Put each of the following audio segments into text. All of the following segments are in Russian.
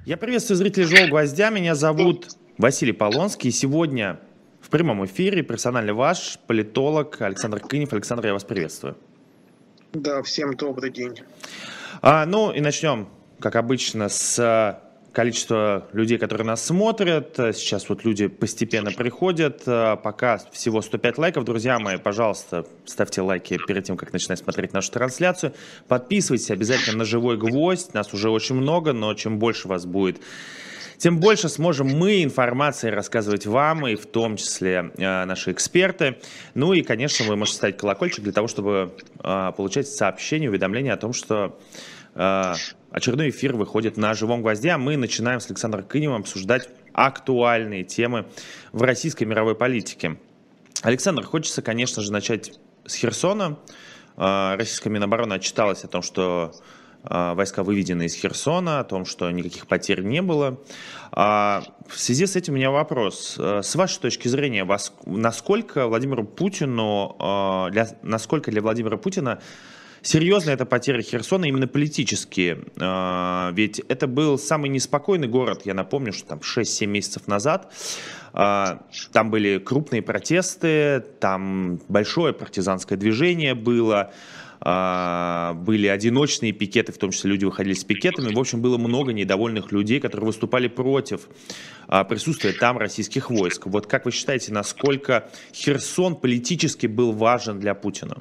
Я приветствую зрителей «Живого гвоздя». Меня зовут Василий Полонский. И сегодня в прямом эфире персонально ваш политолог Александр Кынев. Александр, я вас приветствую. Да, всем добрый день. Ну и начнем, как обычно, с количества людей, которые нас смотрят. Сейчас вот люди постепенно приходят. Пока всего 105 лайков. Друзья мои, пожалуйста, ставьте лайки перед тем, как начинать смотреть нашу трансляцию. Подписывайтесь обязательно на «Живой гвоздь». Нас уже очень много, но чем больше вас будет, тем больше сможем мы информацией рассказывать вам, и в том числе наши эксперты. Ну и, конечно, вы можете ставить колокольчик для того, чтобы получать сообщения, уведомления о том, что очередной эфир выходит на «Живом гвозде», а мы начинаем с Александром Кыневым обсуждать актуальные темы в российской мировой политике. Александр, хочется, конечно же, начать с Херсона. Российская Минобороны отчиталась о том, что войска выведены из Херсона, о том, что никаких потерь не было. В связи с этим у меня вопрос. С вашей точки зрения, насколько для Владимира Путина серьезно это потеря Херсона именно политические? Ведь это был самый неспокойный город, я напомню, что там 6-7 месяцев назад. Там были крупные протесты, там большое партизанское движение было, были одиночные пикеты, в том числе люди выходили с пикетами. В общем, было много недовольных людей, которые выступали против присутствия там российских войск. Вот как вы считаете, насколько Херсон политически был важен для Путина?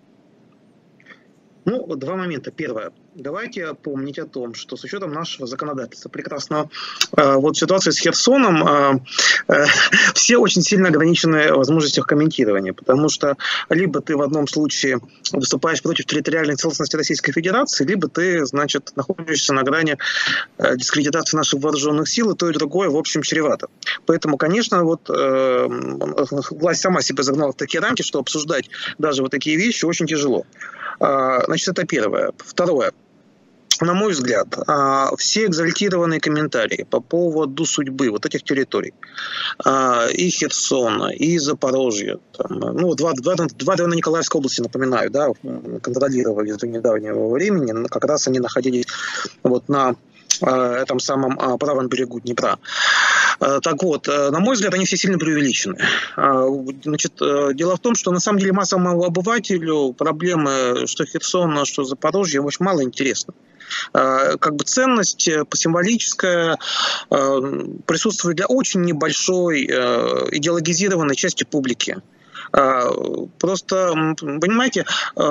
Ну, два момента. Первое. Давайте помнить о том, что с учетом нашего законодательства прекрасного, вот в ситуации с Херсоном все очень сильно ограничены в возможностях комментирования, потому что либо ты в одном случае выступаешь против территориальной целостности Российской Федерации, либо ты, значит, находишься на грани дискредитации наших вооруженных сил, и то, и другое, в общем, чревато. Поэтому, конечно, вот власть сама себя загнала в такие рамки, что обсуждать даже вот такие вещи очень тяжело. Значит, это первое. Второе. На мой взгляд, все экзальтированные комментарии по поводу судьбы вот этих территорий, и Херсона, и Запорожья, ну, два района Николаевской области, напоминаю, да, контролировали до недавнего времени, как раз они находились вот на этом самом правом берегу Днепра. Так вот, на мой взгляд, они все сильно преувеличены. Значит, дело в том, что на самом деле массовому обывателю проблемы что Херсона, что Запорожье очень мало интересны. Как бы ценность символическая присутствует для очень небольшой идеологизированной части публики. Просто, понимаете,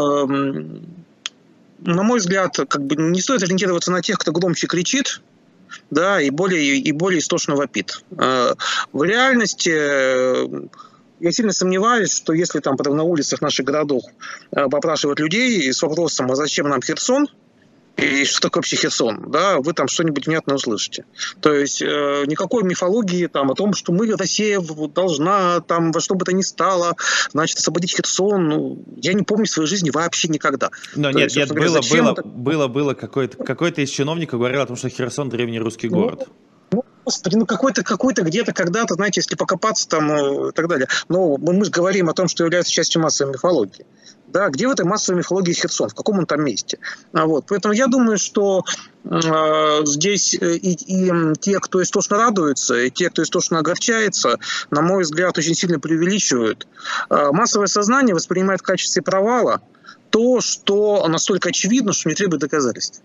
на мой взгляд, как бы не стоит ориентироваться на тех, кто громче кричит, да, и более истошно вопит. В реальности я сильно сомневаюсь, что если там на улицах наших городов попрашивают людей с вопросом, а зачем нам Херсон, и что такое вообще Херсон, да, вы там что-нибудь внятно услышите. То есть никакой мифологии там о том, что мы, Россия, должна там во что бы то ни стало, значит, освободить Херсон, ну, я не помню в своей жизни вообще никогда. Но нет, было какой-то из чиновников говорил о том, что Херсон древний русский город. Господи, ну какой-то где-то, когда-то, знаете, если покопаться там и так далее. Но мы же говорим о том, что является частью массовой мифологии. Да, где в этой массовой мифологии Херсон, в каком он там месте. Вот. Поэтому я думаю, что здесь и те, кто истошно радуется, и те, кто истошно огорчается, на мой взгляд, очень сильно преувеличивают. Массовое сознание воспринимает в качестве провала то, что настолько очевидно, что не требует доказательств.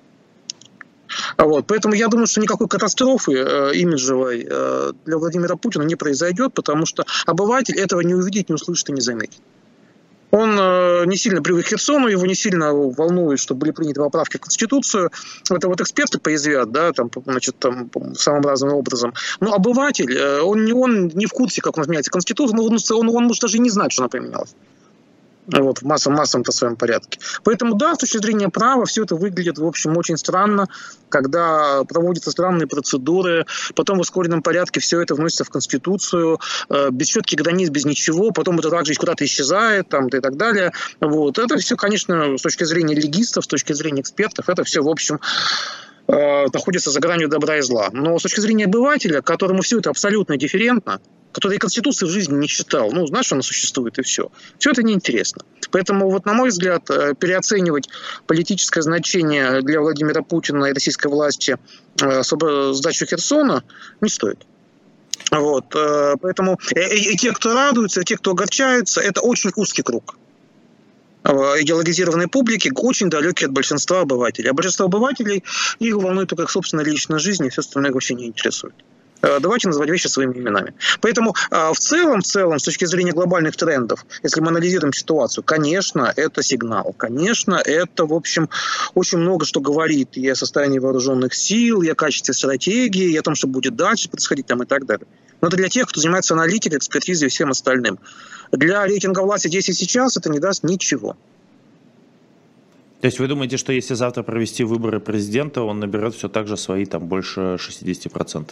Вот. Поэтому я думаю, что никакой катастрофы имиджевой для Владимира Путина не произойдет, потому что обыватель этого не увидит, не услышит и не заметит. Он не сильно привык к Херсону, его не сильно волнует, что были приняты поправки в Конституцию. Это вот эксперты поязвят, да, там, значит, там, самым разным образом. Но обыватель, он не в курсе, как у нас меняется Конституция, он может даже и не знать, что она поменялась. Вот, в массовом-то своем порядке. Поэтому, да, с точки зрения права, все это выглядит, в общем, очень странно, когда проводятся странные процедуры, потом в ускоренном порядке все это вносится в Конституцию, без четких границ, без ничего, потом это также куда-то исчезает, там, и так далее. Вот. Это все, конечно, с точки зрения легистов, с точки зрения экспертов, это все, в общем, находится за гранью добра и зла. Но с точки зрения обывателя, которому все это абсолютно дифферентно, который Конституции в жизни не читал, ну, знаешь, она существует, и все. Все это неинтересно. Поэтому, вот, на мой взгляд, переоценивать политическое значение для Владимира Путина и российской власти сдачу Херсона не стоит. Вот, поэтому и те, кто радуется, и те, кто огорчаются, это очень узкий круг идеологизированной публики, очень далекий от большинства обывателей. А большинство обывателей, их волнует только их собственная личная жизнь, и все остальное вообще не интересует. Давайте называть вещи своими именами. Поэтому в целом, с точки зрения глобальных трендов, если мы анализируем ситуацию, конечно, это сигнал. Конечно, это, в общем, очень много что говорит и о состоянии вооруженных сил, и о качестве стратегии, и о том, что будет дальше происходить там, и так далее. Но это для тех, кто занимается аналитикой, экспертизой и всем остальным. Для рейтинга власти здесь и сейчас это не даст ничего. То есть вы думаете, что если завтра провести выборы президента, он наберет все так же свои там больше 60%?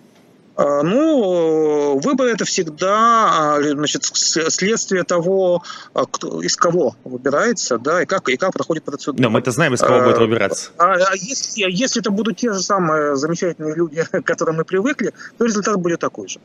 Ну, выборы это всегда, значит, следствие того, кто, из кого выбирается, да, и как проходит процедура. Но мы-то знаем, из кого будет выбираться. Если это будут те же самые замечательные люди, к которым мы привыкли, то результат будет такой же.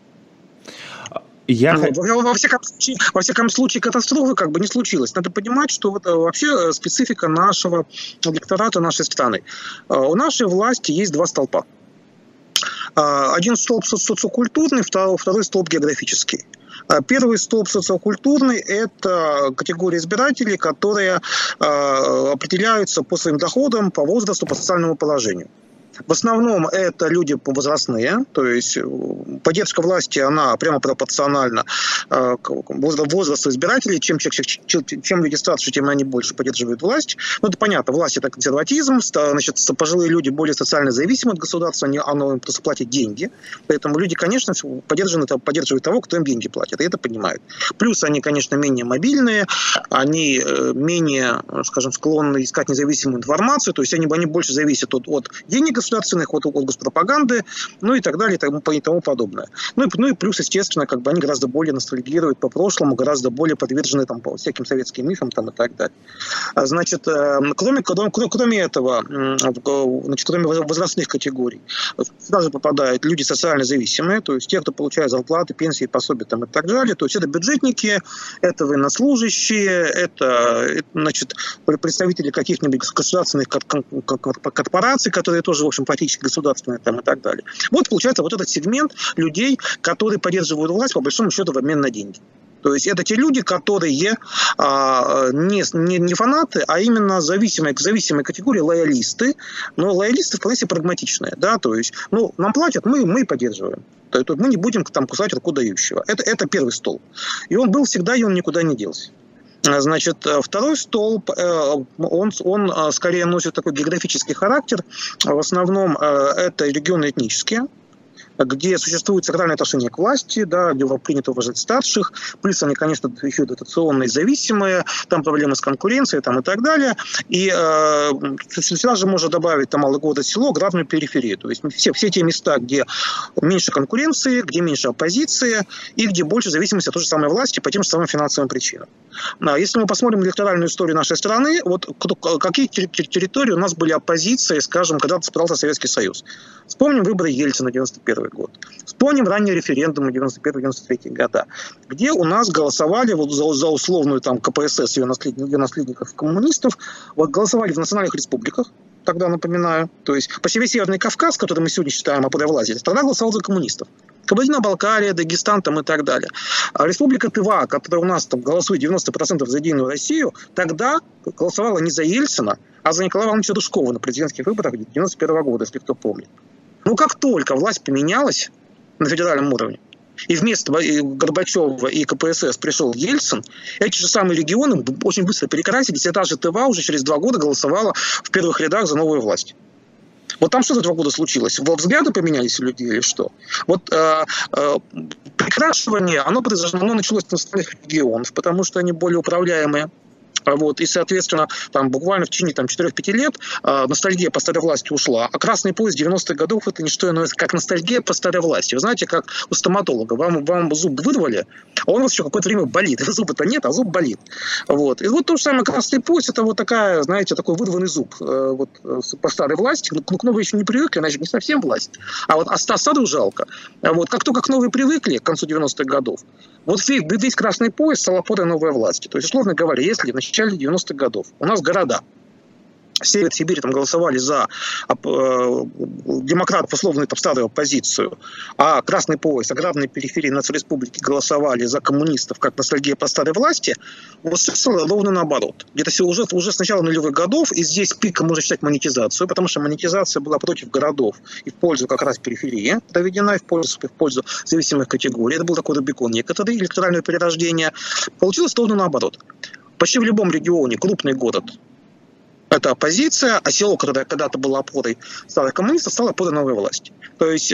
Во всяком случае, катастрофы как бы не случилось. Надо понимать, что это вообще специфика нашего электората, нашей страны. У нашей власти есть два столпа. Один столб социокультурный, второй столб географический. Первый столб социокультурный – это категория избирателей, которые определяются по своим доходам, по возрасту, по социальному положению. В основном это люди возрастные, то есть поддержка власти, она прямо пропорциональна возрасту избирателей. Чем люди старше, тем они больше поддерживают власть. Ну, это понятно, власть – это консерватизм, значит, пожилые люди более социально зависимы от государства, оно им просто платит деньги. Поэтому люди, конечно, поддерживают того, кто им деньги платит, и это понимают. Плюс они, конечно, менее мобильные, они менее, скажем, склонны искать независимую информацию, то есть они больше зависят от денег государственных, от госпропаганды, ну и так далее, и тому подобное. Ну и плюс, естественно, как бы они гораздо более ностальгируют по прошлому, гораздо более подвержены там, всяким советским мифам там, и так далее. Значит, кроме этого, значит, кроме возрастных категорий, сюда же попадают люди социально зависимые, то есть те, кто получает зарплаты, пенсии, пособия там, и так далее. То есть это бюджетники, это военнослужащие, это значит, представители каких-нибудь государственных корпораций, которые тоже, в общем, практически государственные там, и так далее. Вот получается вот этот сегмент людей, которые поддерживают власть, по большому счету, в обмен на деньги. То есть это те люди, которые не фанаты, а именно зависимые категории лоялисты. Но лоялисты вполне себе прагматичные. Да? То есть, ну, нам платят, мы поддерживаем. То есть мы не будем там кусать руку дающего. Это первый столб. И он был всегда, и он никуда не делся. Значит, второй столб, он скорее носит такой географический характер. В основном это регионы этнические, где существует сакральное отношение к власти, да, где принято уважать старших, плюс они, конечно, еще дотационные, зависимые, там проблемы с конкуренцией там, и так далее. И сюда же можно добавить там малый город, село, аграрную периферию. То есть все те места, где меньше конкуренции, где меньше оппозиции и где больше зависимости от той же самой власти по тем же самым финансовым причинам. Если мы посмотрим электоральную историю нашей страны, вот какие территории у нас были оппозицией, скажем, когда распадался Советский Союз. Вспомним выборы Ельцина 91 год. Вспомним ранние референдумы 91-93 года, где у нас голосовали вот за условную там КПСС, ее наследников коммунистов, вот голосовали в национальных республиках, тогда напоминаю, то есть по себе Северный Кавказ, который мы сегодня считаем опудовластием, тогда голосовал за коммунистов. Кабардино-Балкария, Дагестан там, и так далее. А Республика Тыва, которая у нас там голосует 90% за Единую Россию, тогда голосовала не за Ельцина, а за Николая Ивановича Рыжкова на президентских выборах 91 года, если кто помнит. Ну, как только власть поменялась на федеральном уровне, и вместо Горбачева и КПСС пришел Ельцин, эти же самые регионы очень быстро перекрасились, и та же Тыва уже через 2 года голосовала в первых рядах за новую власть. Вот там что за 2 года случилось? Взгляды поменялись у людей или что? Вот перекрашивание, оно началось с национальных регионов, потому что они более управляемые. Вот, и, соответственно, там буквально в течение 4-5 лет ностальгия по старой власти ушла, а красный пояс 90-х годов это не что иное, как ностальгия по старой власти. Вы знаете, как у стоматолога, вам зуб вырвали, а он у вас еще какое-то время болит. Зуба-то нет, а зуб болит. Вот. И вот то же самое красный пояс, это вот такая, знаете, такой вырванный зуб вот, по старой власти. К новой еще не привыкли, значит, не совсем власть. А вот старую жалко. Вот. Как только к новой привыкли к концу 90-х годов, вот весь красный пояс стал опорой новой власти. То есть, условно говоря, если в начале 90-х годов у нас города Север Сибири там голосовали за демократов, условно, там, старую оппозицию, а красный пояс, аграрные периферии нацреспублики голосовали за коммунистов, как ностальгия по старой власти, вот стало ровно наоборот. Где-то все уже с начала нулевых годов, и здесь пиком можно считать монетизацию, потому что монетизация была против городов и в пользу как раз периферии доведена, и в пользу зависимых категорий. Это был такой Рубикон некоторый, электоральное перерождение. Получилось ровно наоборот. Почти в любом регионе крупный город – это оппозиция, а село, которое когда-то было опорой старых коммунистов, стало опорой новой власти. То есть,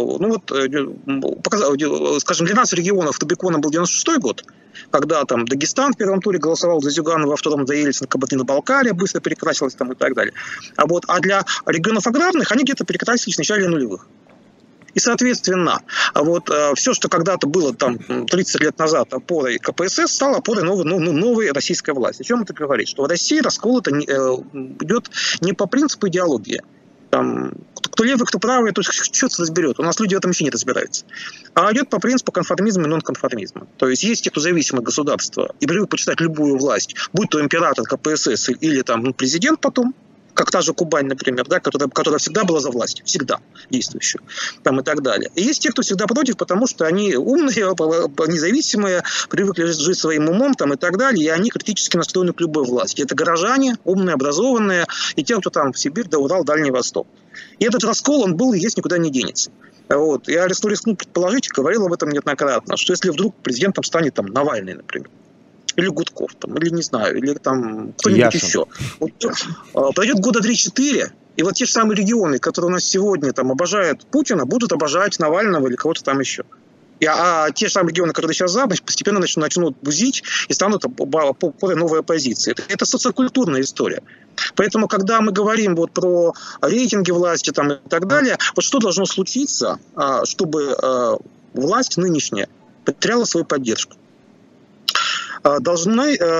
скажем, 12 регионов Рубикона был 96-й год, когда там Дагестан в первом туре голосовал за Зюганова, во втором за Ельцина, Кабардино-Балкария быстро перекрасилась там и так далее. А для регионов аграрных они где-то перекрасились в начале нулевых. И, соответственно, вот все, что когда-то было там 30 лет назад опорой КПСС, стало опорой новой российской власти. О чем это говорит? Что в России раскол это идет не по принципу идеологии. Там, кто левый, кто правый, то что-то разберет. У нас люди в этом еще не разбираются. А идет по принципу конформизма и нонконформизма. То есть есть те, кто зависимы от государства и привык почитать любую власть, будь то император КПСС или там президент потом, как та же Кубань, например, да, которая всегда была за власть, всегда действующая, там и так далее. И есть те, кто всегда против, потому что они умные, независимые, привыкли жить своим умом там, и так далее, и они критически настроены к любой власти. Это горожане, умные, образованные, и те, кто там в Сибирь, да Урал, Дальний Восток. И этот раскол, он был и есть, никуда не денется. Вот. Я рискну предположить, говорил об этом неоднократно, что если вдруг президентом станет там Навальный, например, или Гудков, там, или не знаю, или там кто-нибудь еще. Вот, пройдет года 3-4, и вот те же самые регионы, которые у нас сегодня там обожают Путина, будут обожать Навального или кого-то там еще. А те же самые регионы, которые сейчас за, постепенно начнут бузить и станут по новой оппозиции. Это социокультурная история. Поэтому, когда мы говорим вот про рейтинги власти там, и так далее, вот что должно случиться, чтобы власть нынешняя потеряла свою поддержку? Власть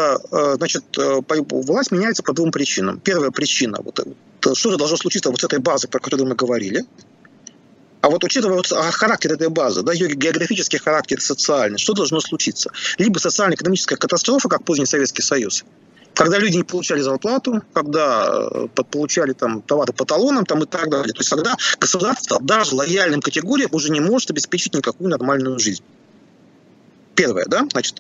меняется по двум причинам. Первая причина, что же должно случиться вот с этой базой, про которую мы говорили. А вот учитывая характер этой базы, да, ее географический характер, социальный, что должно случиться? Либо социально-экономическая катастрофа, как поздний Советский Союз, когда люди не получали зарплату, когда получали там товары по талонам там, и так далее. То есть когда государство даже лояльным категориям уже не может обеспечить никакую нормальную жизнь. Первое, да, значит,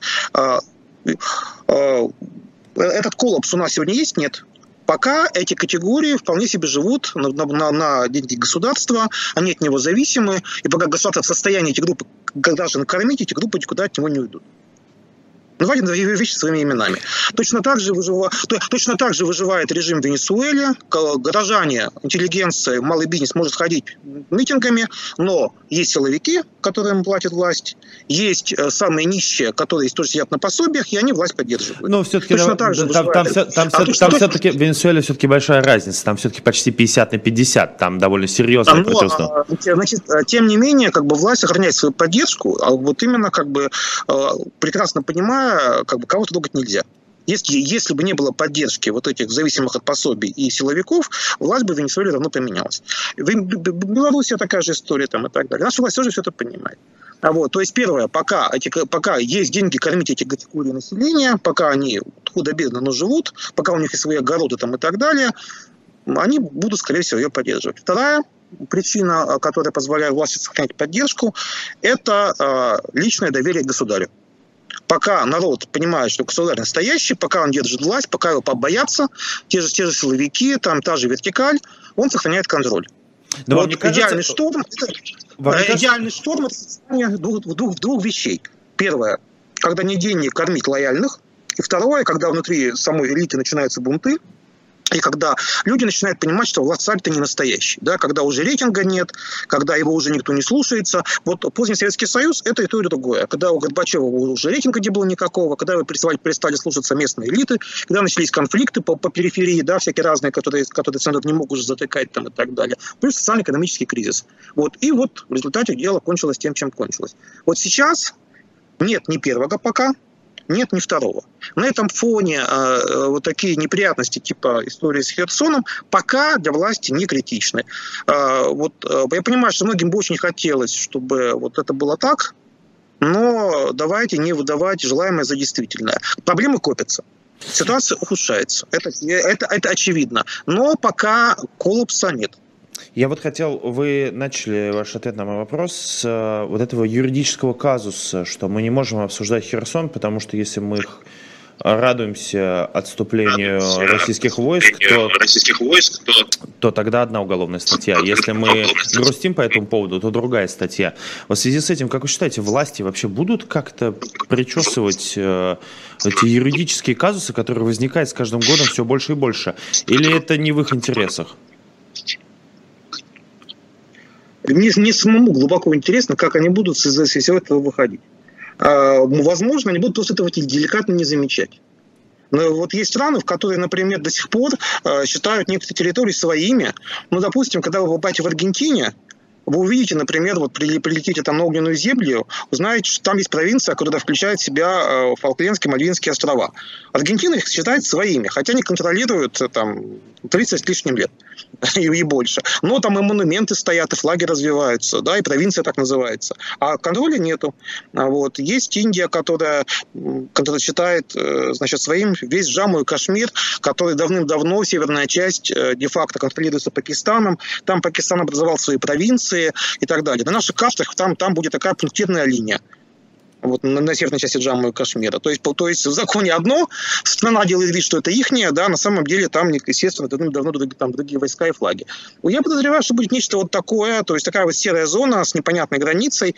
этот коллапс у нас сегодня есть? Нет. Пока эти категории вполне себе живут на деньги государства, они от него зависимы, и пока государство в состоянии эти группы граждан кормить, эти группы никуда от него не уйдут. Называйте вещи своими именами. Точно так же выживает режим в Венесуэле. Горожане, интеллигенция, малый бизнес может ходить митингами, но есть силовики, которым платит власть, есть самые нищие, которые тоже сидят на пособиях, и они власть поддерживают. Но все-таки все-таки в Венесуэле все-таки большая разница. Там все-таки почти 50/50. Там довольно серьезное противостояние. Значит, тем не менее, как бы власть сохраняет свою поддержку, а вот именно как бы прекрасно понимая, как бы кого-то трогать нельзя. Если бы не было поддержки вот этих зависимых от пособий и силовиков, власть бы в Венесуэле давно поменялась. В Беларуси такая же история там, и так далее. Наша власть тоже все это понимает. То есть первое, пока есть деньги кормить эти категории населения, пока они худо-бедно, но живут, пока у них есть свои огороды там, и так далее, они будут, скорее всего, ее поддерживать. Вторая причина, которая позволяет власти сохранять поддержку, это личное доверие к государю. Пока народ понимает, что государь настоящий, пока он держит власть, пока его побоятся, те же силовики, там та же вертикаль, он сохраняет контроль. Но вот идеальный шторм это состояние двух вещей. Первое, когда не денег кормить лояльных. И второе, когда внутри самой элиты начинаются бунты, И когда люди начинают понимать, что власть-царь-то не настоящий, да, когда уже рейтинга нет, когда его уже никто не слушается. Вот поздний Советский Союз – это и то, и другое. Когда у Горбачева уже рейтинга не было никакого, когда его перестали слушаться местные элиты, когда начались конфликты по периферии, да, всякие разные, которые центр не мог уже затыкать там, и так далее. Плюс социально-экономический кризис. Вот. И вот в результате дело кончилось тем, чем кончилось. Вот сейчас нет ни первого пока, нет ни второго. На этом фоне вот такие неприятности типа истории с Херсоном пока для власти не критичны. Я понимаю, что многим бы очень хотелось, чтобы вот это было так, но давайте не выдавать желаемое за действительное. Проблемы копятся. Ситуация ухудшается. Это очевидно. Но пока коллапса нет. Я вот хотел, вы начали ваш ответ на мой вопрос с вот этого юридического казуса, что мы не можем обсуждать Херсон, потому что если мы радуемся отступлению российских войск, то тогда одна уголовная статья. Если мы грустим по этому поводу, то другая статья. В связи с этим, как вы считаете, власти вообще будут как-то причесывать эти юридические казусы, которые возникают с каждым годом все больше и больше? Или это не в их интересах? Мне самому глубоко интересно, как они будут из всего этого выходить. Возможно, они будут просто этого деликатно не замечать. Но вот есть страны, в которые, например, до сих пор считают некоторые территории своими. Ну, допустим, когда вы попадете в Аргентине, вы увидите, например, вот прилетите там на огненную землю, узнаете, что там есть провинция, которая включает в себя Фолклендские, Мальвинские острова. Аргентина их считает своими, хотя они контролируют там 30 с лишним лет и больше. Но там и монументы стоят, и флаги развиваются, да, и провинция так называется. А контроля нету. Вот. Есть Индия, которая считает, значит, своим весь Джамму и Кашмир, который давным-давно, северная часть, де-факто контролируется Пакистаном. Там Пакистан образовал свои провинции и так далее. На наших картах там будет такая пунктирная линия. Вот на северной части Джамму и Кашмира. То есть в законе одно, страна делает вид, что это ихнее, да, на самом деле там, естественно, давно там другие войска и флаги. Я подозреваю, что будет нечто вот такое, то есть такая вот серая зона с непонятной границей.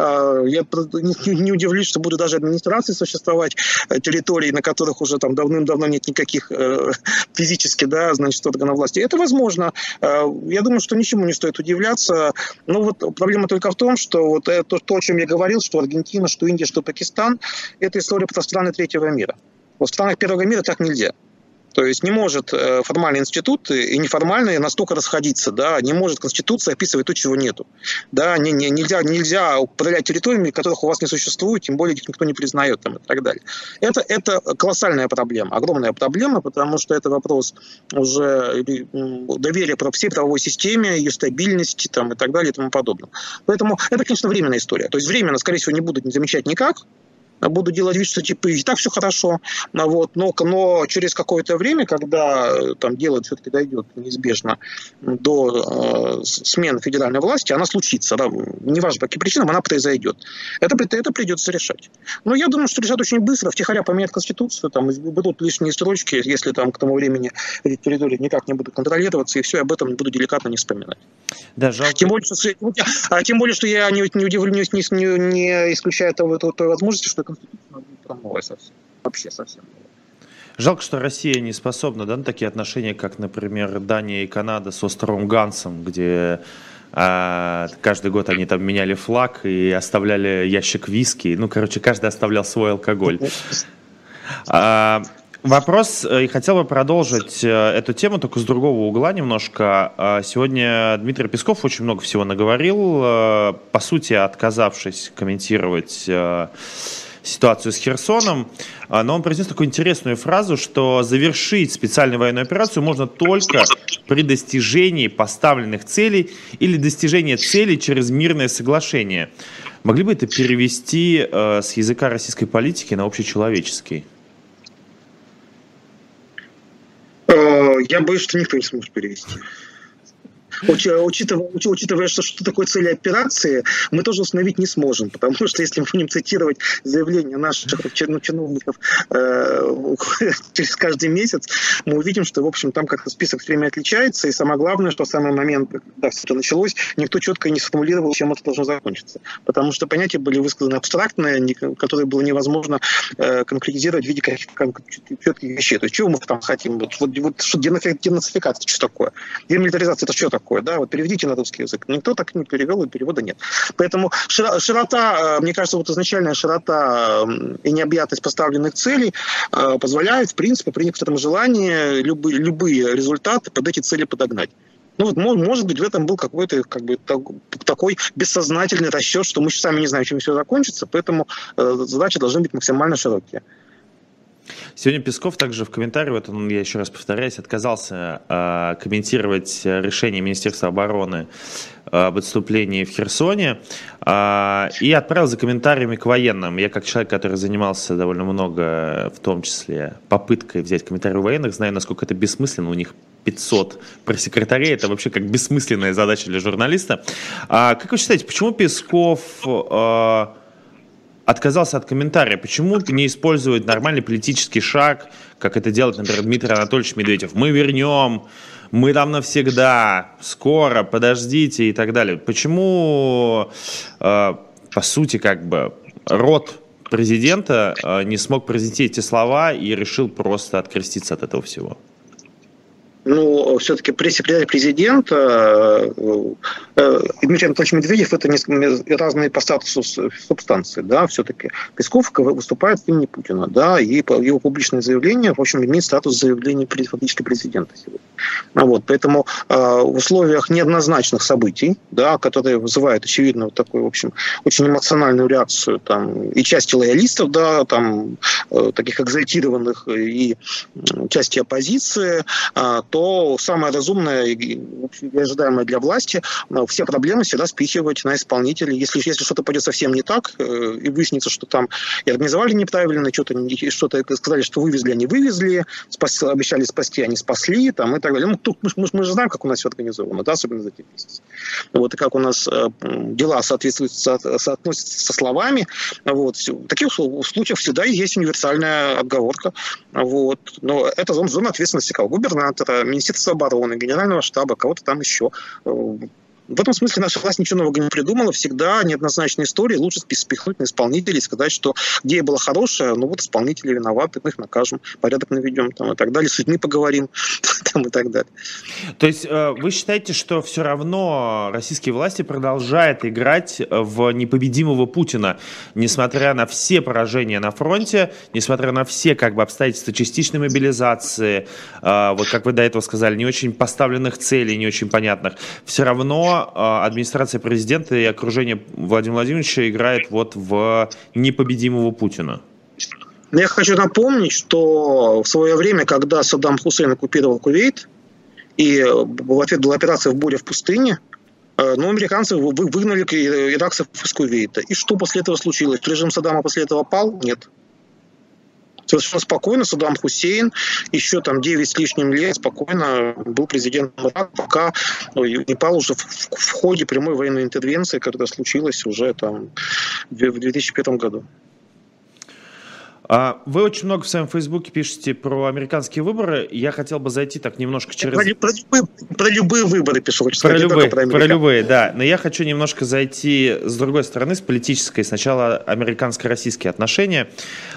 Я не удивлюсь, что будут даже администрации существовать, территорий, на которых уже там давным-давно нет никаких физически, да, значит, органов власти. Это возможно. Я думаю, что ничему не стоит удивляться. Но вот проблема только в том, что вот то, о чем я говорил, что Аргентина, что Индия, что Пакистан, это история про страны третьего мира. В странах первого мира так нельзя. То есть не может формальный институт и неформальный настолько расходиться, да, не может Конституция описывать то, чего нету. Да, нельзя управлять территориями, которых у вас не существует, тем более их никто не признает там, и так далее. Это колоссальная проблема, огромная проблема, потому что это вопрос уже доверия всей правовой системе, ее стабильности там, и так далее и тому подобное. Поэтому это, конечно, временная история. То есть временно, скорее всего, не будут не замечать никак, буду делать вид, что типа и так все хорошо, вот, но через какое-то время, когда там дело все-таки дойдет неизбежно до смены федеральной власти, она случится, да, неважно по каким причинам, она произойдет. Это придется решать. Но я думаю, что решат очень быстро, втихаря поменяют Конституцию, там будут лишние строчки, если там к тому времени эти территории никак не будут контролироваться, и все, об этом буду деликатно не вспоминать. Да, жалко. Тем более, что я не удивлюсь, не исключаю той возможности, что Конституция будет новая совсем. Вообще совсем новая. Жалко, что Россия не способна, да, на такие отношения, как, например, Дания и Канада с островом Гансом, где каждый год они там меняли флаг и оставляли ящик виски. Ну, короче, каждый оставлял свой алкоголь. Вопрос, и хотел бы продолжить эту тему, только с другого угла немножко. Сегодня Дмитрий Песков очень много всего наговорил, по сути, отказавшись комментировать ситуацию с Херсоном, но он произнес такую интересную фразу, что завершить специальную военную операцию можно только при достижении поставленных целей или достижении целей через мирное соглашение. Могли бы это перевести с языка российской политики на общечеловеческий? Я боюсь, что никто не сможет перевести. Учитывая, что такое цели операции, мы тоже установить не сможем, потому что если мы будем цитировать заявления наших чиновников через каждый месяц, мы увидим, что, в общем, там как-то список все время отличается, и самое главное, что в самый момент, когда все это началось, никто четко не сформулировал, чем это должно закончиться. Потому что понятия были высказаны абстрактные, которые было невозможно конкретизировать в виде каких-то четких вещей. То есть, чего мы там хотим? Вот что денацификация, что такое? Демилитаризация, это что такое? Да? Вот переведите на русский язык. Никто так не перевел, и перевода нет. Поэтому широта, мне кажется, вот изначальная широта и необъятность поставленных целей позволяет, в принципе, при некотором желании любые результаты под эти цели подогнать. Ну вот, может быть, в этом был какой-то такой бессознательный расчет, что мы сами не знаем, чем все закончится, поэтому задачи должны быть максимально широкие. Сегодня Песков также в комментарии, вот он, я еще раз повторяюсь, отказался комментировать решение Министерства обороны об отступлении в Херсоне и отправил за комментариями к военным. Я как человек, который занимался довольно много, в том числе попыткой взять комментарии у военных, знаю, насколько это бессмысленно. У них 500 пресс-секретарей, это вообще как бессмысленная задача для журналиста. Как вы считаете, почему Песков отказался от комментария? Почему не использовать нормальный политический шаг, как это делает, например, Дмитрий Анатольевич Медведев? Мы вернем, мы там навсегда, скоро, подождите и так далее. Почему, по сути, как бы род президента не смог произнести эти слова и решил просто откреститься от этого всего? Ну, все-таки пресс-секретарь президента Дмитрий Анатольевич Медведев — это разные по статусу субстанции, да, все-таки. Песков выступает от имени Путина, да, и его публичное заявление, в общем, имеет статус заявления фактически президента сегодня. Вот, поэтому в условиях неоднозначных событий, да, которые вызывают, очевидно, вот такую, в общем, очень эмоциональную реакцию там, и части лоялистов, да, там, таких экзальтированных, и части оппозиции, то самое разумное и ожидаемое для власти все проблемы всегда спихивать на исполнителей. Если что-то пойдет совсем не так, и выяснится, что там и организовали неправильно, что-то сказали, что вывезли, они вывезли, обещали спасти, они спасли, там, и так далее. Ну, мы же знаем, как у нас все организовано, да, особенно за эти месяцы. Вот, и как у нас дела соотносятся со словами. Вот. В таких случаях всегда есть универсальная отговорка. Вот. Но это зона ответственности кого? Губернатора, Министерства обороны, Генерального штаба, кого-то там еще. В этом смысле наша власть ничего нового не придумала. Всегда неоднозначные истории лучше спихнуть на исполнителей, сказать, что идея была хорошая, но вот исполнители виноваты, мы их накажем, порядок наведем там, и так далее, с людьми поговорим там, и так далее. То есть вы считаете, что все равно российские власти продолжают играть в непобедимого Путина, несмотря на все поражения на фронте, несмотря на все как бы обстоятельства частичной мобилизации, вот как вы до этого сказали, не очень поставленных целей, не очень понятных, все равно администрация президента и окружение Владимира Владимировича играет вот в непобедимого Путина? Я хочу напомнить, что в свое время, когда Саддам Хусейн оккупировал Кувейт, и в ответ была операция «Буря в пустыне», но американцы выгнали иракцев из Кувейта. И что после этого случилось? Режим Саддама после этого пал? Нет. Совершенно спокойно Саддам Хусейн еще там 9 с лишним лет спокойно был президентом Ирака, пока не пал уже в ходе прямой военной интервенции, которая случилась уже там в 2005 году. Вы очень много в своем Фейсбуке пишете про американские выборы. Я хотел бы зайти так немножко через... Про любые выборы пишу. Про любые, да. Но я хочу немножко зайти с другой стороны, с политической. Сначала американско-российские отношения.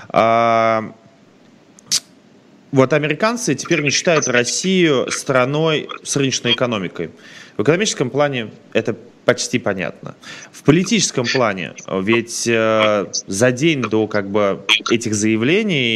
Вот американцы теперь не считают Россию страной с рыночной экономикой. В экономическом плане это почти понятно. В политическом плане, ведь за день до как бы этих заявлений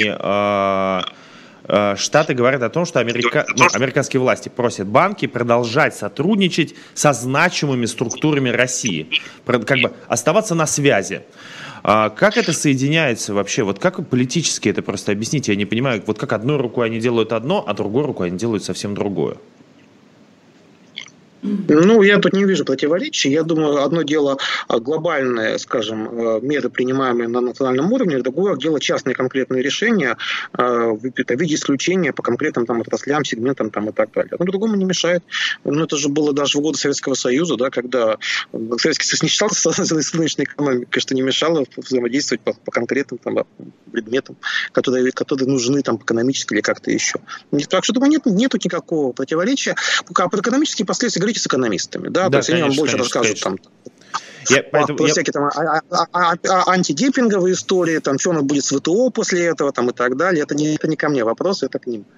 Штаты говорят о том, что американские власти просят банки продолжать сотрудничать со значимыми структурами России, как бы оставаться на связи. Как это соединяется вообще? Вот как политически это просто объясните? Я не понимаю, вот как одной рукой они делают одно, а другой рукой они делают совсем другое. Ну, я тут не вижу противоречий. Я думаю, одно дело глобальные, скажем, меры, принимаемые на национальном уровне, другое дело частные конкретные решения в виде исключения по конкретным там отраслям, сегментам там, и так далее. Одно другому не мешает. Ну, это же было даже в годы Советского Союза, да, когда Советский Союз не считался с рыночной экономикой, что не мешало взаимодействовать по конкретным там, предметам, которые нужны там, экономически или как-то еще. Так что, думаю, нету никакого противоречия. А про экономические последствия говорите с экономистами, да, то есть они вам больше расскажут там всякие там антидемпинговые истории, там, что у нас будет с ВТО после этого, там, и так далее. Это не ко мне вопрос, это к ним.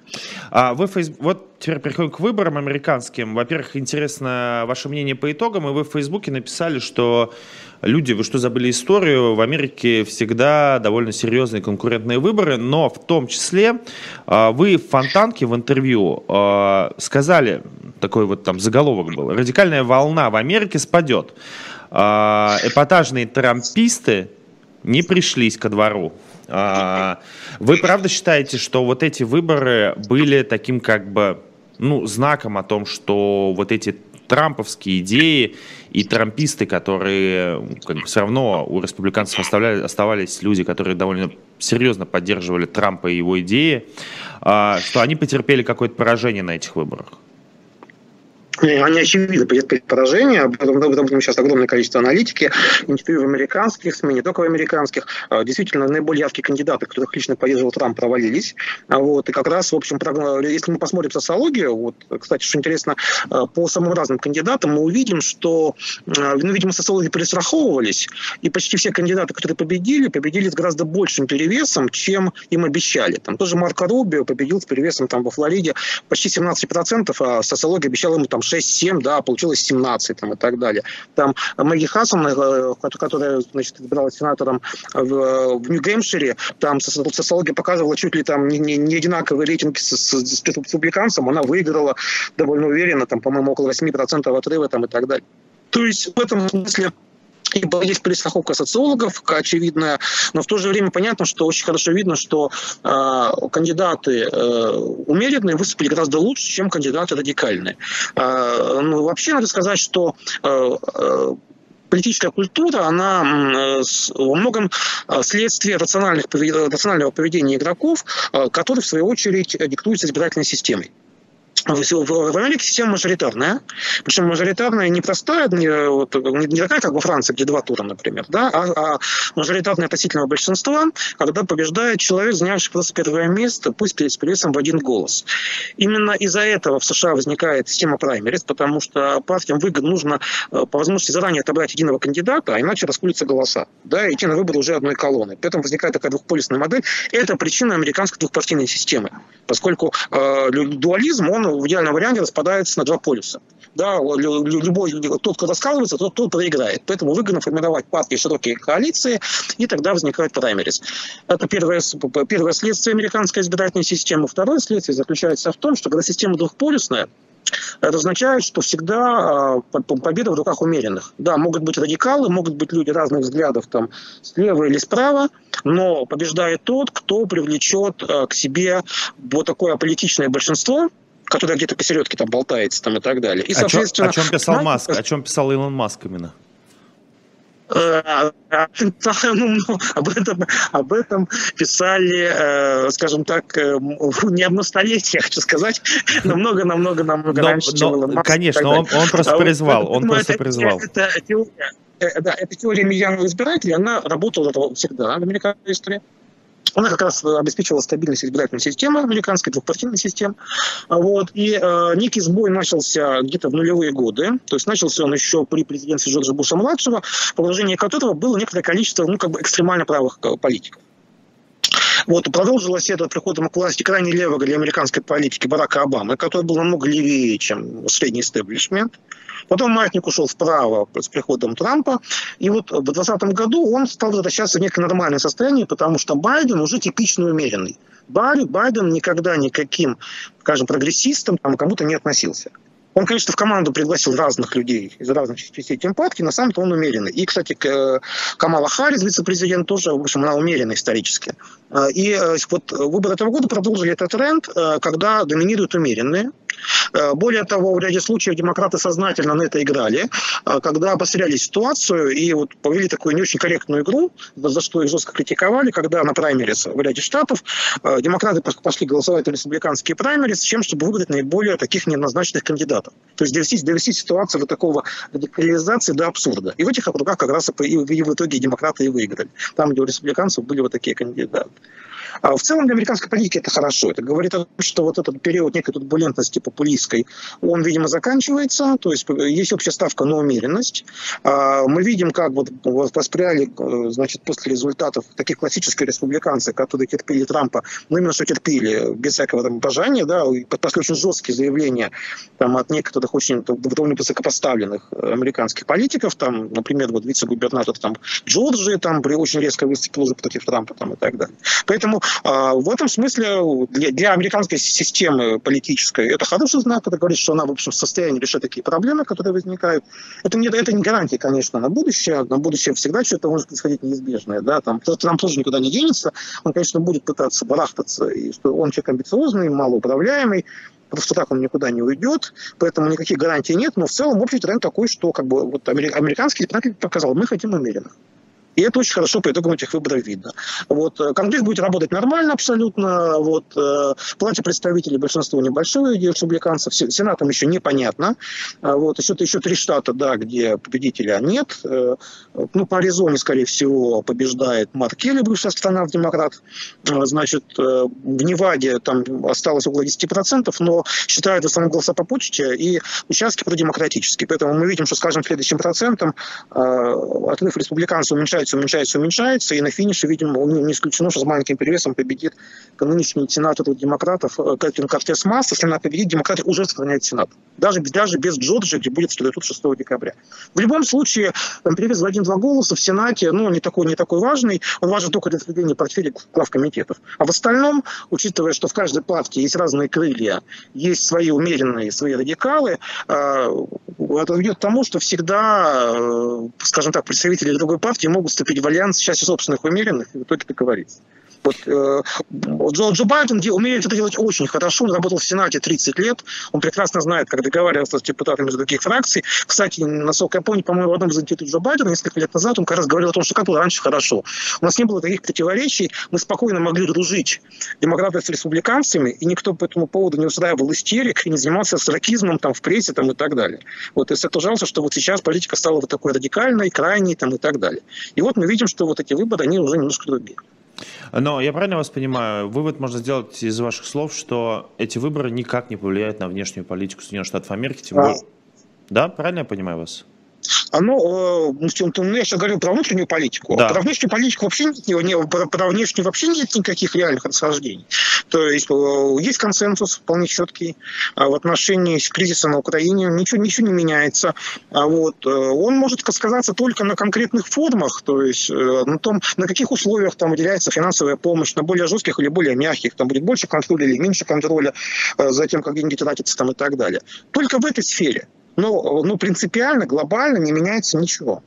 Вот теперь переходим к выборам американским. Во-первых, интересно ваше мнение по итогам, и вы в Фейсбуке написали, что люди, вы что, забыли историю, в Америке всегда довольно серьезные конкурентные выборы, но в том числе вы в Фонтанке в интервью сказали, такой вот там заголовок был: «Радикальная волна в Америке спадет. Эпатажные трамписты не пришлись ко двору». Вы правда считаете, что вот эти выборы были таким как бы, ну, знаком о том, что вот эти трамповские идеи и трамписты, которые как бы, все равно у республиканцев оставались люди, которые довольно серьезно поддерживали Трампа и его идеи, что они потерпели какое-то поражение на этих выборах? Они, очевидно, потерпели поражение. Об этом сейчас огромное количество аналитики, интервью в американских СМИ, не только в американских. Действительно, наиболее яркие кандидаты, которых лично поддерживал Трамп, провалились. Вот, и как раз, в общем, если мы посмотрим социологию, вот, кстати, что интересно, по самым разным кандидатам, мы увидим, что, ну, видимо, социологи перестраховывались, и почти все кандидаты, которые победили с гораздо большим перевесом, чем им обещали. Там тоже Марко Рубио победил с перевесом там, во Флориде почти 17%, а социология обещала ему там 6-7, да, получилось 17 там, и так далее. Там Мэгги Хассон, которая, значит, избиралась сенатором в Нью-Гэмпшире, там социология показывала чуть ли там не одинаковые рейтинги с республиканцем, она выиграла довольно уверенно, там, по-моему, около 8% отрыва там, и так далее. То есть в этом смысле есть перестраховка социологов, очевидная, но в то же время понятно, что очень хорошо видно, что кандидаты умеренные выступили гораздо лучше, чем кандидаты радикальные. Ну, вообще надо сказать, что политическая культура, она во многом следствие рационального поведения игроков, который, в свою очередь, диктуется избирательной системой. В Америке система мажоритарная, причем мажоритарная не простая, не такая, как во Франции, где 2 тура, например, да, а мажоритарное относительного большинства, когда побеждает человек, занявший просто первое место, пусть с перевесом в 1 голос. Именно из-за этого в США возникает система праймериз, потому что партиям выгодно нужно по возможности заранее отобрать единого кандидата, а иначе раскулятся голоса, да, и идти на выборы уже одной колонны. Поэтому возникает такая двухполюсная модель. Это причина американской двухпартийной системы, поскольку дуализм, он в идеальном варианте распадается на 2 полюса. Да, любой, тот, кто раскалывается, тот проиграет. Поэтому выгодно формировать партии, широкие коалиции, и тогда возникает праймериз. Это первое следствие американской избирательной системы. Второе следствие заключается в том, что когда система двухполюсная, это означает, что всегда победа в руках умеренных. Да, могут быть радикалы, могут быть люди разных взглядов, там, слева или справа, но побеждает тот, кто привлечет к себе вот такое аполитичное большинство, которое где-то посередке там болтается там, и так далее. И, соответственно, о чем писал Маск? О чем писал Илон Маск именно? Об этом писали, скажем так, не одно столетие, хочу сказать, намного раньше, чем Илон Маск. Конечно, он просто призвал. Эта теория медианного избирателя, она работала всегда в американской истории. Она как раз обеспечивала стабильность избирательной системы, американской двухпартийной системы. Вот. И некий сбой начался где-то в нулевые годы. То есть начался он еще при президентстве Джорджа Буша-младшего, в положении которого было некоторое количество экстремально правых политиков. Вот, продолжилось это приходом к власти крайне левого для американской политики Барака Обамы, который был намного левее, чем средний истеблишмент. Потом маятник ушел вправо с приходом Трампа. И вот в 2020 году он стал возвращаться в некое нормальное состояние, потому что Байден уже типично умеренный. Байден никогда никаким, скажем, прогрессистом там, кому-то не относился. Он, конечно, в команду пригласил разных людей из разных частей Тимпатки, на самом деле он умеренный. И, кстати, Камала Харрис, вице-президент, тоже, в общем, она умеренная исторически. И вот выборы этого года продолжили этот тренд, когда доминируют умеренные. Более того, в ряде случаев демократы сознательно на это играли, когда обостряли ситуацию и вот повели такую не очень корректную игру, за что их жестко критиковали, когда на праймерис в ряде штатов демократы пошли голосовать в республиканские праймерис с тем, чтобы выбрать наиболее таких неоднозначных кандидатов. То есть довести ситуацию до такого радикализации до абсурда. И в этих округах как раз и в итоге демократы и выиграли. Там, где у республиканцев были вот такие кандидаты. А в целом для американской политики это хорошо. Это говорит о том, что вот этот период некой турбулентности популистской, он, видимо, заканчивается. То есть общая ставка на умеренность. Мы видим, как вот восприняли, значит, после результатов таких классических республиканцев, которые терпели Трампа, ну, именно что терпели, без всякого там обожания, да, и подпасли очень жесткие заявления там, от некоторых очень довольно высокопоставленных американских политиков, там, например, вот вице-губернатор там, Джорджии там, очень резко выступил уже против Трампа там, и так далее. Поэтому в этом смысле для американской системы политической это хороший знак, это говорит, что она в общем, в состоянии решать такие проблемы, которые возникают. Это не гарантия, конечно, на будущее. На будущее всегда что-то может происходить неизбежное. Да? Там Трамп тоже никуда не денется. Он, конечно, будет пытаться барахтаться, и что он человек амбициозный, малоуправляемый. Просто так он никуда не уйдет, поэтому никаких гарантий нет. Но в целом общий тренд такой, что как бы, вот, американский избиратель показал, мы хотим умеренных. И это очень хорошо по итогам этих выборов видно. Вот, Конгресс будет работать нормально абсолютно. Вот, в Палате представителей большинство небольшое, республиканцев. Сенатом еще непонятно. Вот, еще 3 штата, да, где победителя нет. Ну, по Аризоне, скорее всего, побеждает Марк Келли, бывший астронавт-демократ. Значит, в Неваде там осталось около 10%, но считают в основном голоса по почте и участки продемократические. Поэтому мы видим, что с каждым следующим процентом отрыв республиканцев уменьшается, и на финише, видимо, не исключено, что с маленьким перевесом победит нынешний сенатор демократов Кэтрин Кортес Масс. Если она победит, демократы уже сохраняют Сенат. Даже без Джорджии, где будет среда 6 декабря. В любом случае, там, перевес в 1-2 голоса в Сенате, ну, не такой важный. Он важен только для распределения портфелей глав комитетов. А в остальном, учитывая, что в каждой партии есть разные крылья, есть свои умеренные, свои радикалы, это ведет к тому, что всегда, скажем так, представители другой партии могут вступить в альянс с частью собственных умеренных и в итоге договориться. Вот, Джо Байден умеет это делать очень хорошо. Он работал в Сенате 30 лет. Он прекрасно знает, как договариваться с депутатами из других фракций. Кстати, насколько я помню, по-моему, в одном из интервью Джо Байдена несколько лет назад он как раз говорил о том, что как было раньше хорошо. У нас не было таких противоречий. Мы спокойно могли дружить демократы с республиканцами, и никто по этому поводу не устраивал истерик и не занимался сарказмом там, в прессе там, и так далее. Вот, и это ужасно, что вот сейчас политика стала вот такой радикальной, крайней там, и так далее. И вот мы видим, что вот эти выборы, они уже немножко другие. Но я правильно вас понимаю, вывод можно сделать из ваших слов, что эти выборы никак не повлияют на внешнюю политику Соединенных Штатов Америки, тем более... Да, правильно я понимаю вас? Я сейчас говорю про внутреннюю политику. Да. Про внешнюю политику вообще про внешнюю вообще нет никаких реальных расхождений. То есть есть консенсус вполне четкий в отношении кризиса на Украине, ничего не меняется. Он может сказаться только на конкретных формах, то есть на том, на каких условиях там выделяется финансовая помощь, на более жестких или более мягких, там будет больше контроля или меньше контроля за тем, как деньги тратятся там, и так далее. Только в этой сфере. Но принципиально, глобально не меняется ничего.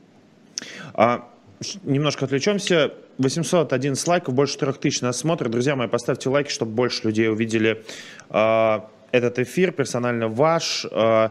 Немножко отвлечемся. 811 лайков, больше 3000 нас смотрят. Друзья мои, поставьте лайки, чтобы больше людей увидели этот эфир, персонально ваш.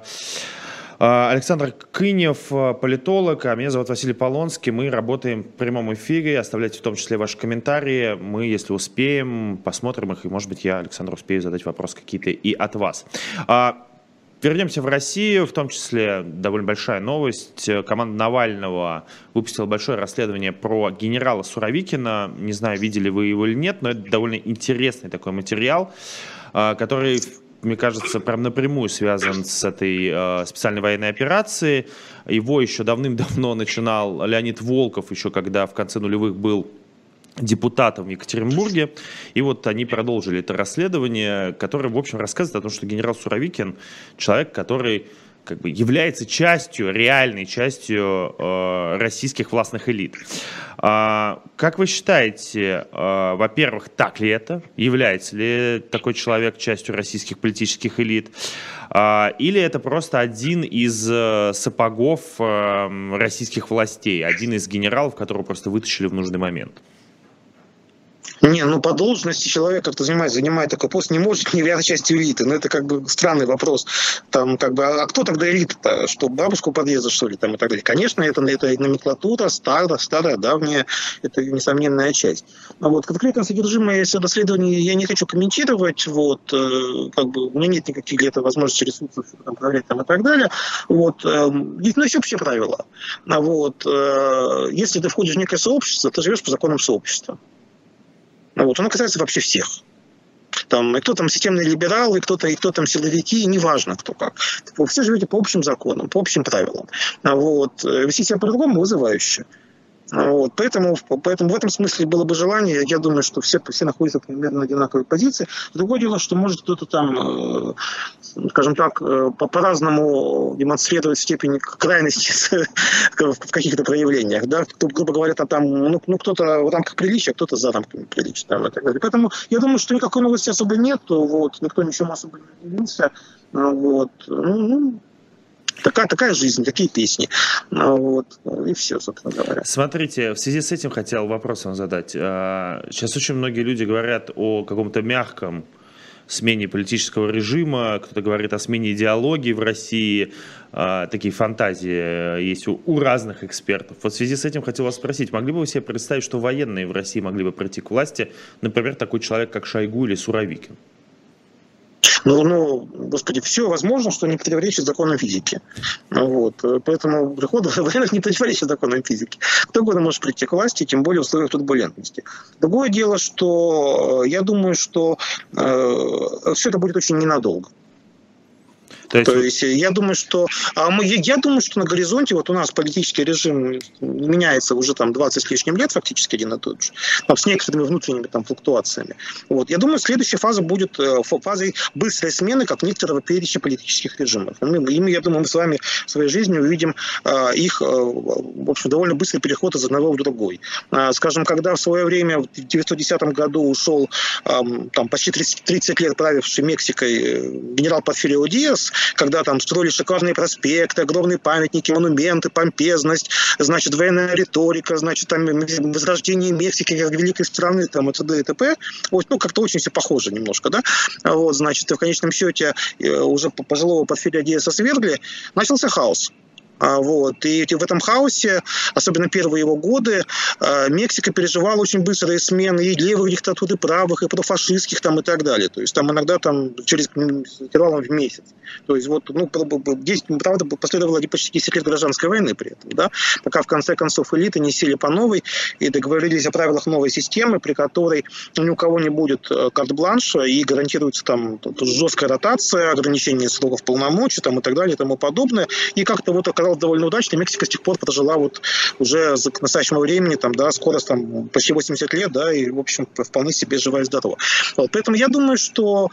Александр Кынев, политолог, а меня зовут Василий Полонский. Мы работаем в прямом эфире. Оставляйте в том числе ваши комментарии. Мы, если успеем, посмотрим их. И, может быть, я, Александр, успею задать вопросы какие-то и от вас. Вернемся в Россию, в том числе довольно большая новость. Команда Навального выпустила большое расследование про генерала Суровикина. Не знаю, видели вы его или нет, но это довольно интересный такой материал, который, мне кажется, прям напрямую связан с этой специальной военной операцией. Его еще давным-давно начинал Леонид Волков, еще когда в конце нулевых был депутатом в Екатеринбурге. И вот они продолжили это расследование, которое, в общем, рассказывает о том, что генерал Суровикин — человек, который как бы является частью, реальной частью российских властных элит. Как вы считаете, во-первых, так ли это? Является ли такой человек частью российских политических элит? Или это просто один из сапогов российских властей, один из генералов, которого просто вытащили в нужный момент? Не, ну по должности человек, как-то занимает такой пост, не может не являться частью элиты. Ну это как бы странный вопрос. Там как бы, а кто тогда элита-то? Что, бабушку подъезда, что ли, там и так далее? Конечно, это номенклатура, старая, давняя, это несомненная часть. А вот конкретно содержимое расследования я не хочу комментировать. Вот, как бы, у меня нет никаких для этого возможностей, ресурсов там, проверять там, и так далее. Вот, есть, ну, есть общее правило. Вот, если ты входишь в некое сообщество, ты живешь по законам сообщества. Вот, оно касается вообще всех. Там, и кто там системный либерал, и кто там силовики, неважно кто как. Вы все живете по общим законам, по общим правилам. Вот. Вести себя по-другому вызывающе. Вот. Поэтому в этом смысле было бы желание, я думаю, что все находятся примерно на одинаковой позиции. Другое дело, что может кто-то там, скажем так, по-разному демонстрировать степень крайности в каких-то проявлениях. Да? Кто, грубо говоря, там, кто-то в рамках приличия, кто-то за рамками приличия. Там, и так далее. Поэтому я думаю, что никакой новости особо нет. Вот, никто ничем особо не удивился. Вот. Такая жизнь, такие песни. Вот. И все, собственно говоря. Смотрите, в связи с этим хотел вопрос вам задать. Сейчас очень многие люди говорят о каком-то мягком смене политического режима, кто-то говорит о смене идеологии в России. Такие фантазии есть у разных экспертов. Вот в связи с этим хотел вас спросить, могли бы вы себе представить, что военные в России могли бы прийти к власти, например, такой человек, как Шойгу или Суровикин? Господи, все возможно, что не противоречит законам физики. Вот. Поэтому приход военных не противоречит законам физики. Кто угодно может прийти к власти, тем более в условиях турбулентности. Другое дело, что я думаю, что все это будет очень ненадолго. То есть я думаю, что на горизонте вот у нас политический режим меняется уже там 20 с лишним лет, фактически один и тот же, там, с некоторыми внутренними там флуктуациями. Вот. Я думаю, следующая фаза будет фазой быстрой смены как некоторого перечня политических режимов. Я думаю, мы с вами в своей жизни увидим их, в общем, довольно быстрый переход из одного в другой. Скажем, когда в свое время в 1910 году ушел там почти 30 лет правивший Мексикой генерал Порфирио Диас, когда там строили шикарные проспекты, огромные памятники, монументы, помпезность, значит, военная риторика, значит, там возрождение Мексики как великой страны, там, и т.д. и т.п. Вот, как-то очень все похоже немножко, да? Вот, значит, и в конечном счете уже пожилого Порфирия Диаса свергли, начался хаос. Вот. И в этом хаосе, особенно первые его годы, Мексика переживала очень быстрые смены и левых диктатур, и правых, и профашистских там, и так далее. То есть там иногда там, через интервалом в месяц. То есть вот, здесь, правда, последовало почти 10 лет гражданской войны при этом, да? Пока в конце концов элиты не сели по новой и договорились о правилах новой системы, при которой ни у кого не будет карт-бланша и гарантируется там жесткая ротация, ограничение сроков полномочий там, и так далее и тому подобное. И как-то вот оказалось довольно удачно. Мексика с тех пор прожила вот уже к настоящему времени, там, да, скорость там почти 80 лет, да, и, в общем, вполне себе жива и здорова. Вот, поэтому я думаю, что,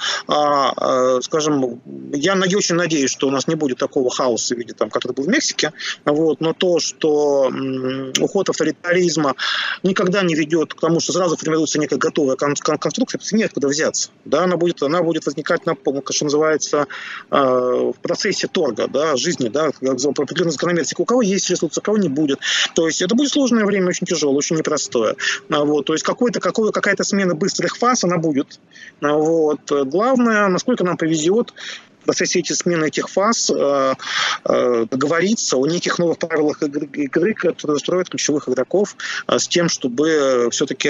скажем, я очень надеюсь, что у нас не будет такого хаоса в виде, там, как это было в Мексике, вот, но то, что уход авторитаризма никогда не ведет к тому, что сразу формируется некая готовая конструкция, потому что некуда взяться, да, она будет возникать, что называется, в процессе торга, да, жизни, да, по определенной закономерности. У кого есть ресурсы, у кого не будет. То есть это будет сложное время, очень тяжелое, очень непростое. Вот. То есть какая-то смена быстрых фаз, она будет. Вот. Главное, насколько нам повезет в процессе смены этих фаз договориться о неких новых правилах игры, которые строят ключевых игроков с тем, чтобы все-таки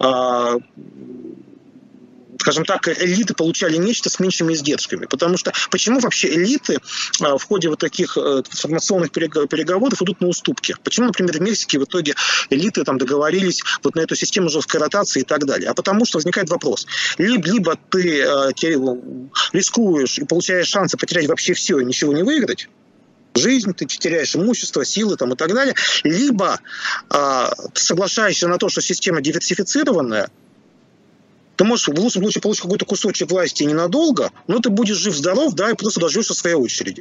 скажем так, элиты получали нечто с меньшими издержками. Потому что почему вообще элиты в ходе вот таких трансформационных переговоров идут на уступки? Почему, например, в Мексике в итоге элиты там договорились вот на эту систему жесткой ротации и так далее? А потому что возникает вопрос. Либо ты рискуешь и получаешь шансы потерять вообще все и ничего не выиграть, жизнь, ты теряешь имущество, силы там, и так далее, либо ты соглашаешься на то, что система диверсифицированная, ты можешь в лучшем случае получить какой-то кусочек власти ненадолго, но ты будешь жив-здоров, да, и просто дождешься своей очереди.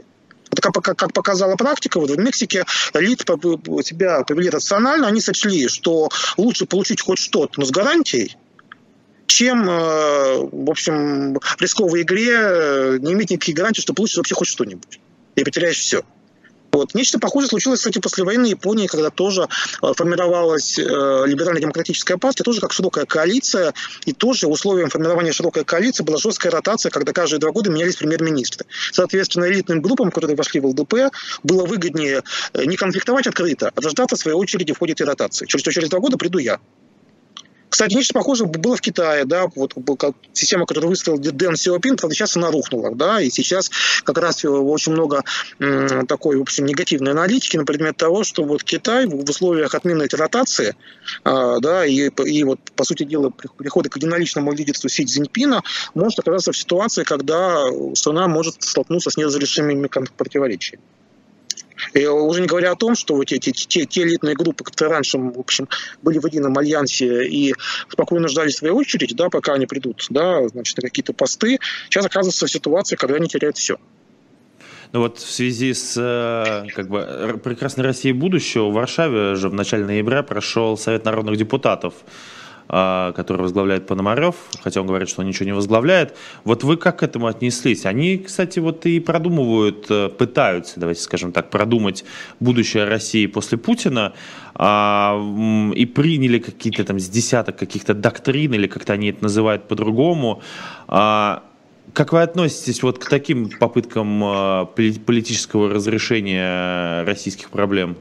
Это как показала практика, вот в Мексике элиты себя повели рационально, они сочли, что лучше получить хоть что-то, но с гарантией, чем, в общем, в рисковой игре не иметь никаких гарантий, что получишь вообще хоть что-нибудь. И потеряешь все. Вот. Нечто похожее случилось, кстати, после войны в Японии, когда тоже формировалась либерально-демократическая партия, тоже как широкая коалиция, и тоже условием формирования широкой коалиции была жесткая ротация, когда каждые 2 года менялись премьер-министры. Соответственно, элитным группам, которые вошли в ЛДП, было выгоднее не конфликтовать открыто, а дождаться своей очереди в ходе этой ротации. Через 2 года приду я. Кстати, нечто похожее было в Китае, да, вот система, которую выстроил Дэн Сяопин, правда, сейчас она рухнула, да, и сейчас как раз очень много такой, в общем, негативной аналитики на предмет того, что вот Китай в условиях отмены этой ротации, да, и вот, по сути дела, прихода к единоличному лидерству Си Цзиньпина может оказаться в ситуации, когда страна может столкнуться с неразрешимыми противоречиями. И уже не говоря о том, что вот те элитные группы, которые раньше, в общем, были в едином альянсе и спокойно ждали своей очереди, да, пока они придут, да, значит, на какие-то посты, сейчас оказываются в ситуации, когда они теряют все. Ну вот в связи с как бы прекрасной Россией будущего в Варшаве же в начале ноября прошел Совет народных депутатов, который возглавляет Пономарев, хотя он говорит, что он ничего не возглавляет. Вот вы как к этому отнеслись? Они, кстати, вот и продумывают, пытаются, давайте скажем так, продумать будущее России после Путина, и приняли какие-то там с десяток каких-то доктрин, или как-то они это называют по-другому. Как вы относитесь вот к таким попыткам политического разрешения российских проблем?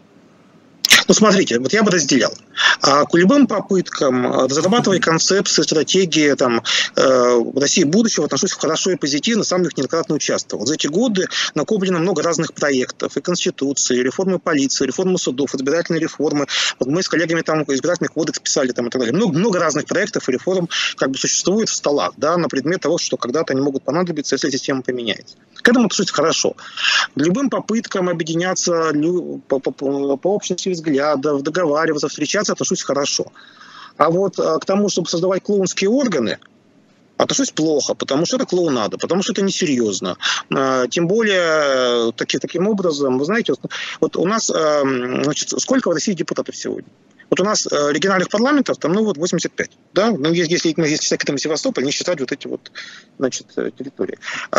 Ну, смотрите, вот я бы разделял. К любым попыткам разрабатывать концепции, стратегии там, России будущего отношусь хорошо и позитивно, сам в них неоднократно участвовал. За эти годы накоплено много разных проектов, и Конституции, и реформы полиции, реформы судов, избирательные реформы. Вот мы с коллегами там избирательный кодекс писали там, и так далее. Много разных проектов и реформ как бы существует в столах, да, на предмет того, что когда-то они могут понадобиться, если система поменяется. К этому отношусь хорошо. К любым попыткам объединяться по общности взглядов, договариваться, встречаться, отношусь хорошо. А вот к тому, чтобы создавать клоунские органы, отношусь плохо, потому что это клоунада, потому что это несерьезно. Тем более, таким образом, вы знаете, вот у нас, значит, сколько в России депутатов сегодня? Вот у нас региональных парламентов там, ну вот 85, да? Ну, если всякий там Севастополь, не считать вот эти вот, значит, территории.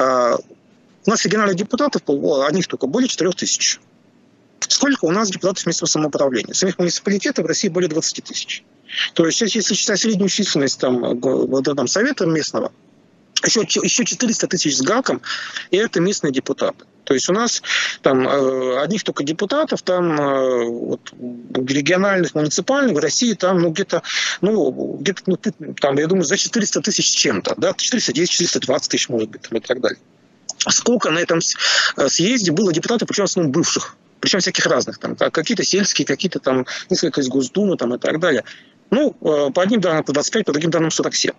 У нас региональных депутатов, одних только, более 4000. Сколько у нас депутатов местного самоуправления? Самих муниципалитетов в России более 20 тысяч. То есть, если считать среднюю численность там, совета местного, еще 400 тысяч с гаком, и это местные депутаты. То есть у нас там одних только депутатов, там вот, региональных, муниципальных в России там где-то, там, я думаю, за 400 тысяч с чем-то, да, 410, 420 тысяч, может быть, там, и так далее. Сколько на этом съезде было депутатов, причем в основном бывших, причем всяких разных, там, какие-то сельские, какие-то там, несколько из Госдумы там, и так далее. Ну, по одним данным по 25, по другим данным 47.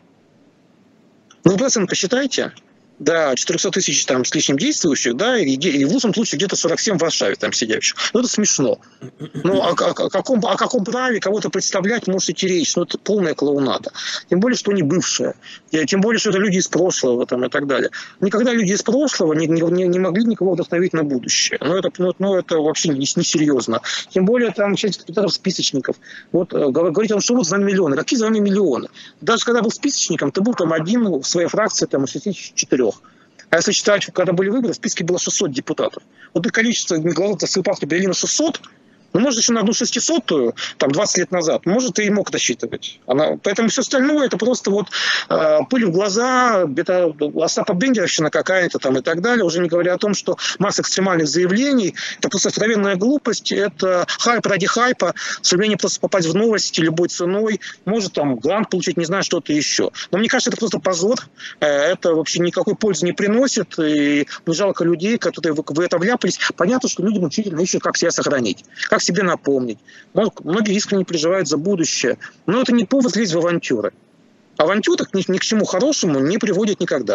Ну, процент посчитайте, да, 400 тысяч там с лишним действующих, да, и в лучшем случае где-то 47 в Варшаве там сидящих. Ну, это смешно. Ну, о каком праве кого-то представлять может идти речь? Ну, это полная клоунада. Тем более, что они бывшие. Тем более, что это люди из прошлого там, и так далее. Никогда люди из прошлого не могли никого вдохновить на будущее. Ну, это вообще несерьезно. Тем более, там часть депутатов списочников. Вот говорить о том, что вот за вами миллионы. Какие за вами миллионы? Даже когда был списочником, ты был там один в своей фракции там, из 64. А если считать, когда были выборы, в списке было 600 депутатов. Вот и количество голосов своей партии привели на 600, ну, может, еще на одну 600-ю, там, 20 лет назад, может, и мог рассчитывать. Поэтому все остальное, это просто вот пыль в глаза, это Остапа Бендеровщина какая-то там и так далее, уже не говоря о том, что масса экстремальных заявлений, это просто откровенная глупость, это хайп ради хайпа, стремление просто попасть в новости любой ценой, может, там, грант получить, не знаю, что-то еще. Но мне кажется, это просто позор, это вообще никакой пользы не приносит, и жалко людей, которые в это вляпались. Понятно, что люди мучительно ищут, как себя сохранить, как себе напомнить. Многие искренне переживают за будущее. Но это не повод лезть в авантюры. Авантюры ни к чему хорошему не приводят никогда.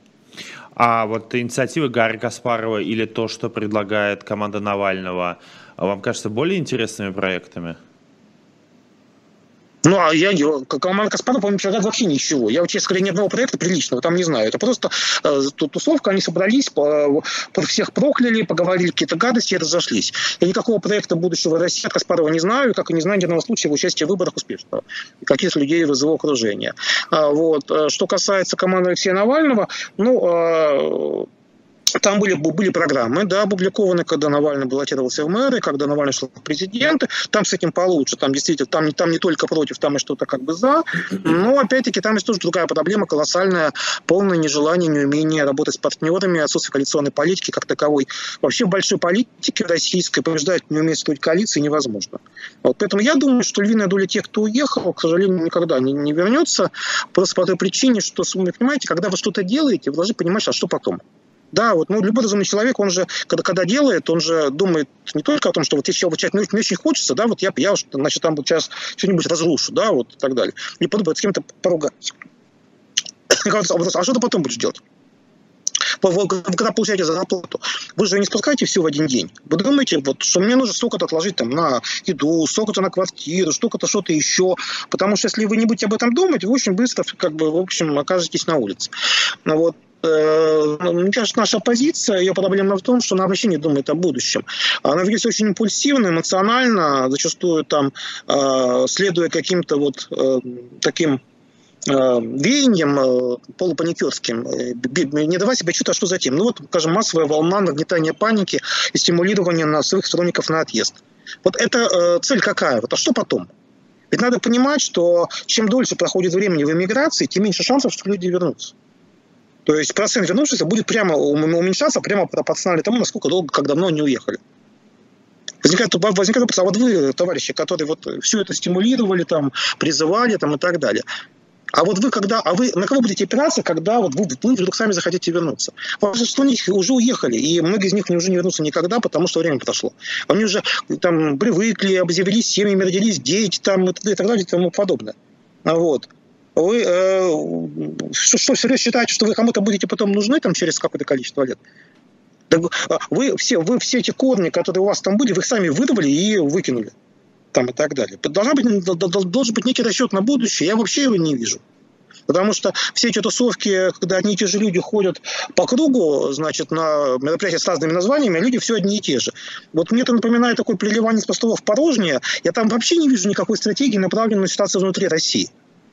А вот инициативы Гарри Каспарова или то, что предлагает команда Навального, вам кажется более интересными проектами? Ну, а команда Каспарова, по-моему, предлагает вообще ничего. Я, честно говоря, ни одного проекта приличного там не знаю. Это просто тусовка, они собрались, всех прокляли, поговорили какие-то гадости и разошлись. Я никакого проекта будущего России от Каспарова не знаю, как и не знаю ни одного случая его участия в выборах успешного. Каких-то людей из его окружения. Вот. Что касается команды Алексея Навального, ну... Там были программы, да, опубликованы, когда Навальный баллотировался в мэры, когда Навальный шел в президенты. Там с этим получше. Там действительно, там не только против, там и что-то как бы за. Но, опять-таки, там есть тоже другая проблема, колоссальная, полное нежелание, неумение работать с партнерами, отсутствие коалиционной политики как таковой. Вообще в большой политике российской побеждать, не уметь строить коалиции невозможно. Вот. Поэтому я думаю, что львиная доля тех, кто уехал, к сожалению, никогда не вернется. Просто по той причине, что, вы понимаете, когда вы что-то делаете, вы должны понимать, а что потом. Да, вот, ну, любой разумный человек, он же, когда делает, он же думает не только о том, что вот если мне очень хочется, да, вот я значит, там вот сейчас что-нибудь разрушу, да, вот и так далее. И подумать, с кем-то поругаться. А что ты потом будешь делать? Вы когда получаете зарплату, вы же не спускаете все в один день. Вы думаете, вот, что мне нужно столько-то отложить там, на еду, столько-то на квартиру, столько-то что-то еще. Потому что если вы не будете об этом думать, вы очень быстро, как бы, в общем, окажетесь на улице. Вот. Мне кажется, наша оппозиция, ее проблема в том, что она вообще не думает о будущем. Она ведется очень импульсивно, эмоционально, зачастую там, следуя каким-то вот таким веянием полупаникерским, не давая себе чувства, что затем. Ну вот, скажем, массовая волна нагнетания паники и стимулирования на своих сторонников на отъезд. Вот это цель какая? Вот, а что потом? Ведь надо понимать, что чем дольше проходит времени в эмиграции, тем меньше шансов, что люди вернутся. То есть процент вернувшихся будет прямо уменьшаться прямо пропорционально тому, насколько долго, как давно они уехали. Возникает вопрос, а вот вы, товарищи, которые вот все это стимулировали, там, призывали там, и так далее. А вот вы на кого будете опираться, когда вот вы вдруг сами захотите вернуться? Большинство них уже уехали, и многие из них уже не вернутся никогда, потому что время прошло. Они уже там привыкли, обзавелись семьями, родились дети там, и так далее, и тому подобное. Вот. Вы что, серьезно считаете, что вы кому-то будете потом нужны там, через какое-то количество лет? Вы все эти корни, которые у вас там были, вы их сами вырвали и выкинули. Там, и так далее. Должен быть некий расчет на будущее, я вообще его не вижу. Потому что все эти тусовки, когда одни и те же люди ходят по кругу, значит, на мероприятия с разными названиями, люди все одни и те же. Вот мне это напоминает такое переливание с пустого в порожнее. Я там вообще не вижу никакой стратегии, направленной на ситуацию внутри России.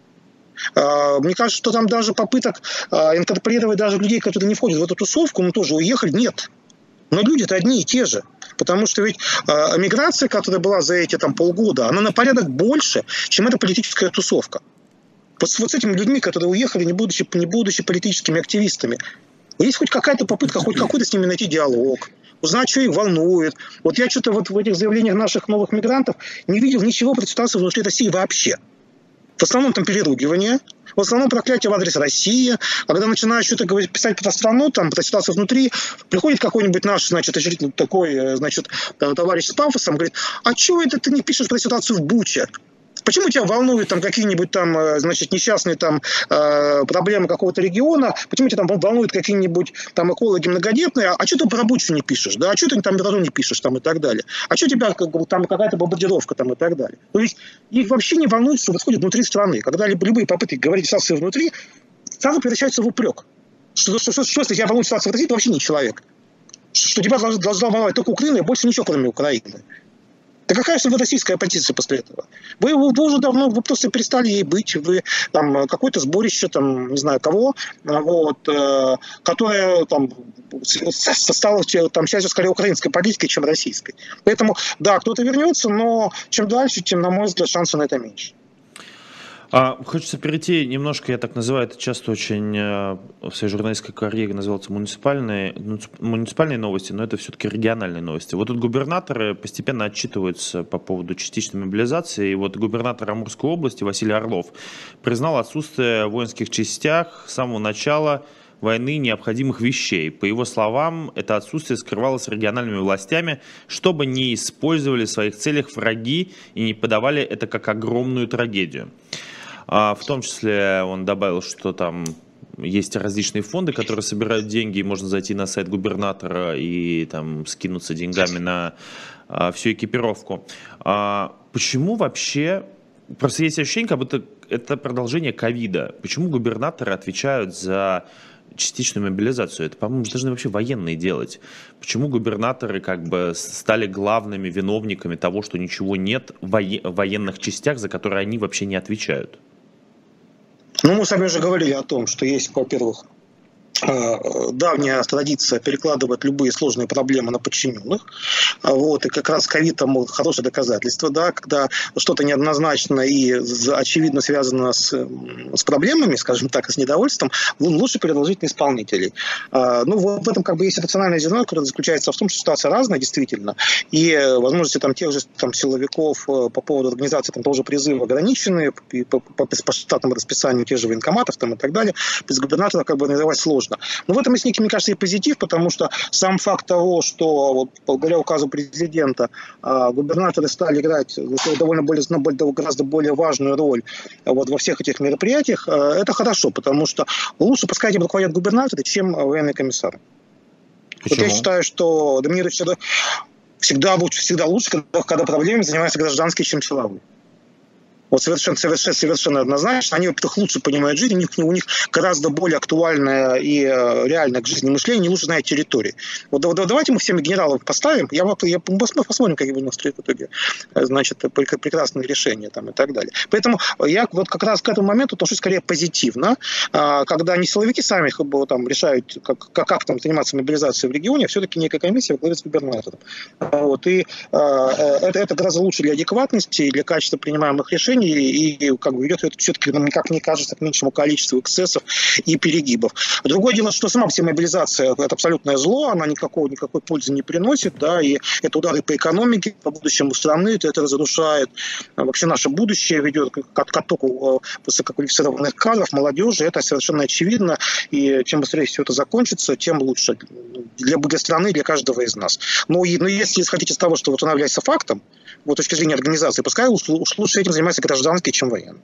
Мне кажется, что там даже попыток инкорпорировать даже людей, которые не входят в эту тусовку, но тоже уехали, нет. Но люди-то одни и те же. Потому что ведь миграция, которая была за эти там, полгода, она на порядок больше, чем эта политическая тусовка. Вот с этими людьми, которые уехали, не будучи политическими активистами, есть хоть какая-то попытка, хоть какой-то с ними найти диалог, узнать, что их волнует. Вот я что-то вот в этих заявлениях наших новых мигрантов не видел ничего про ситуацию внутри России вообще. В основном там переругивание, в основном проклятие в адрес России. А когда начинаешь что-то говорить, писать про страну, там, про ситуацию внутри, приходит какой-нибудь наш, значит, такой, значит, товарищ с пафосом, говорит, а чего это ты не пишешь про ситуацию в Буче? Почему тебя волнуют там какие-нибудь там, значит, несчастные там проблемы какого-то региона? Почему тебя там волнуют какие-нибудь там экологи многодетные? А что ты про Бучу не пишешь? Да? А что ты там Мирозу не пишешь там и так далее? А что у тебя там какая-то бомбардировка там и так далее? То есть их вообще не волнует, что происходит внутри страны. Когда любые попытки говорить ситуацию внутри, сразу превращаются в упрек. Что если тебя волнует ситуация в России, ты вообще не человек. Что тебя должна волновать только Украина и больше ничего, кроме Украины. Да какая же вы российская позиция после этого? Вы уже давно, вы просто перестали ей быть. Вы там какое-то сборище, там, не знаю кого, вот, которое там стало там, частью скорее украинской политики, чем российской. Поэтому, да, кто-то вернется, но чем дальше, тем, на мой взгляд, шансов на это меньше. Хочется перейти немножко, я так называю это часто очень в своей журналистской карьере называется муниципальные новости, но это все-таки региональные новости. Вот тут губернаторы постепенно отчитываются по поводу частичной мобилизации. И вот губернатор Амурской области Василий Орлов признал отсутствие в воинских частях с самого начала войны необходимых вещей. По его словам, это отсутствие скрывалось региональными властями, чтобы не использовали в своих целях враги и не подавали это как огромную трагедию. В том числе он добавил, что там есть различные фонды, которые собирают деньги, и можно зайти на сайт губернатора и там скинуться деньгами на всю экипировку. Почему вообще Просто есть ощущение, как будто это продолжение ковида. Почему губернаторы отвечают за частичную мобилизацию? Это, по-моему, должны вообще военные делать. Почему губернаторы как бы стали главными виновниками того, что ничего нет в военных частях, за которые они вообще не отвечают? Ну, мы с вами уже говорили о том, что есть, во-первых, давняя традиция перекладывать любые сложные проблемы на подчиненных. Вот, и как раз ковид тому хорошее доказательство, да, когда что-то неоднозначно и очевидно связано с проблемами, скажем так, с недовольством, лучше переложить на исполнителей. Ну, вот в этом как бы есть рациональное зерно, которое заключается в том, что ситуация разная, действительно, и возможности там тех же там силовиков по поводу организации там тоже призыва ограничены, по штатному расписанию тех же военкоматов там и так далее. Без губернатора как бы организовать сложно. Но в этом есть некий, мне кажется, и позитив, потому что сам факт того, что вот, благодаря указу президента губернаторы стали играть гораздо более важную роль вот, во всех этих мероприятиях, это хорошо, потому что лучше пускай этим руководят губернаторы, чем военные комиссары. Вот я считаю, что доминирующий всегда лучше, когда проблемами занимаются гражданские, чем силовые. Вот совершенно однозначно. Они, во-первых, лучше понимают жизнь, у них гораздо более актуальное и реальное к жизни мышление, они лучше знают территории. Вот давайте мы всеми генералов поставим, посмотрим, какие у нас в итоге, значит, прекрасные решения там и так далее. Поэтому я вот как раз к этому моменту отношусь скорее позитивно, когда не силовики сами там решают, как там заниматься мобилизацией в регионе, а все-таки некая комиссия во главе с губернатором. Вот, и это гораздо лучше для адекватности и для качества принимаемых решений, и как бы ведет это все-таки, как мне кажется, к меньшему количеству эксцессов и перегибов. Другое дело, что сама вся мобилизация – это абсолютное зло, она никакой пользы не приносит, да, и это удары по экономике, по будущему страны, это разрушает вообще наше будущее, ведет к оттоку высококвалифицированных кадров, молодежи, это совершенно очевидно, и чем быстрее все это закончится, тем лучше для страны, для каждого из нас. Но если исходить из того, что вот она является фактом, вот с точки зрения организации, пускай лучше этим занимается гражданские, чем военные.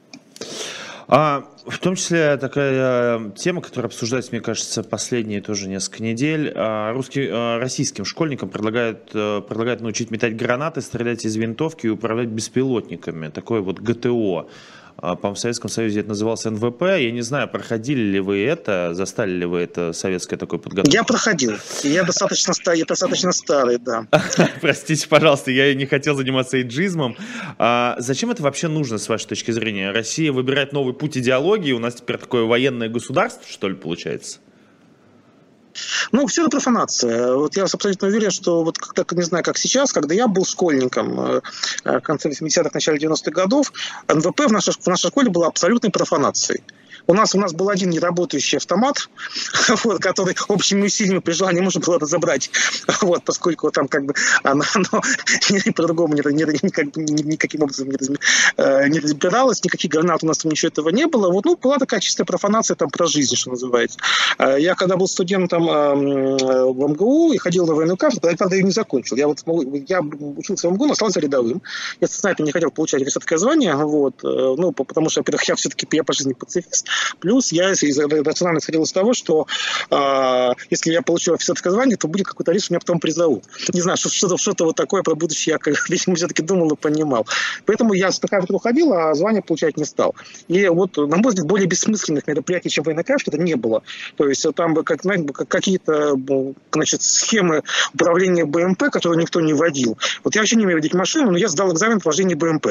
В том числе такая тема, которая обсуждается, мне кажется, последние тоже несколько недель. Российским школьникам предлагают научить метать гранаты, стрелять из винтовки и управлять беспилотниками. Такое вот ГТО. По-моему, в Советском Союзе это называлось НВП. Я не знаю, проходили ли вы это, застали ли вы это советское такое подготовку? Я проходил. Я достаточно старый, да. Простите, пожалуйста, я не хотел заниматься эйджизмом. Зачем это вообще нужно, с вашей точки зрения? Россия выбирает новый путь идеологии, у нас теперь такое военное государство, что ли, получается? Ну, все это профанация. Вот я абсолютно уверен, что вот как не знаю, как сейчас, когда я был школьником в конце 80-х, начале 90-х годов, НВП в нашей школе была абсолютной профанацией. У нас был один неработающий автомат, вот, который общими усилиями при желании можно было разобрать, вот, поскольку там как бы оно по-другому никаким образом не разбиралось, никаких гранат у нас там ничего этого не было. Вот, была такая чистая профанация там про жизнь, что называется. Я когда был студентом в МГУ и ходил на военную кафедру, я, правда, ее не закончил. Я учился в МГУ, но остался рядовым. Я, снайпер, не хотел получать офицерское звание, вот, потому что, во-первых, я по жизни пацифист. Плюс я рационально исходил из того, что если я получу офицерское звание, то будет какой-то риск, что меня потом призовут. Не знаю, что-то вот такое про будущее я, видимо, все-таки думал и понимал. Поэтому я на кафедру ходил, а звание получать не стал. И вот, на мой взгляд, более бессмысленных мероприятий, чем военная кафедра, не было. То есть там какие-то, значит, схемы управления БМП, которые никто не водил. Вот я вообще не умею водить машину, но я сдал экзамен по вождению БМП.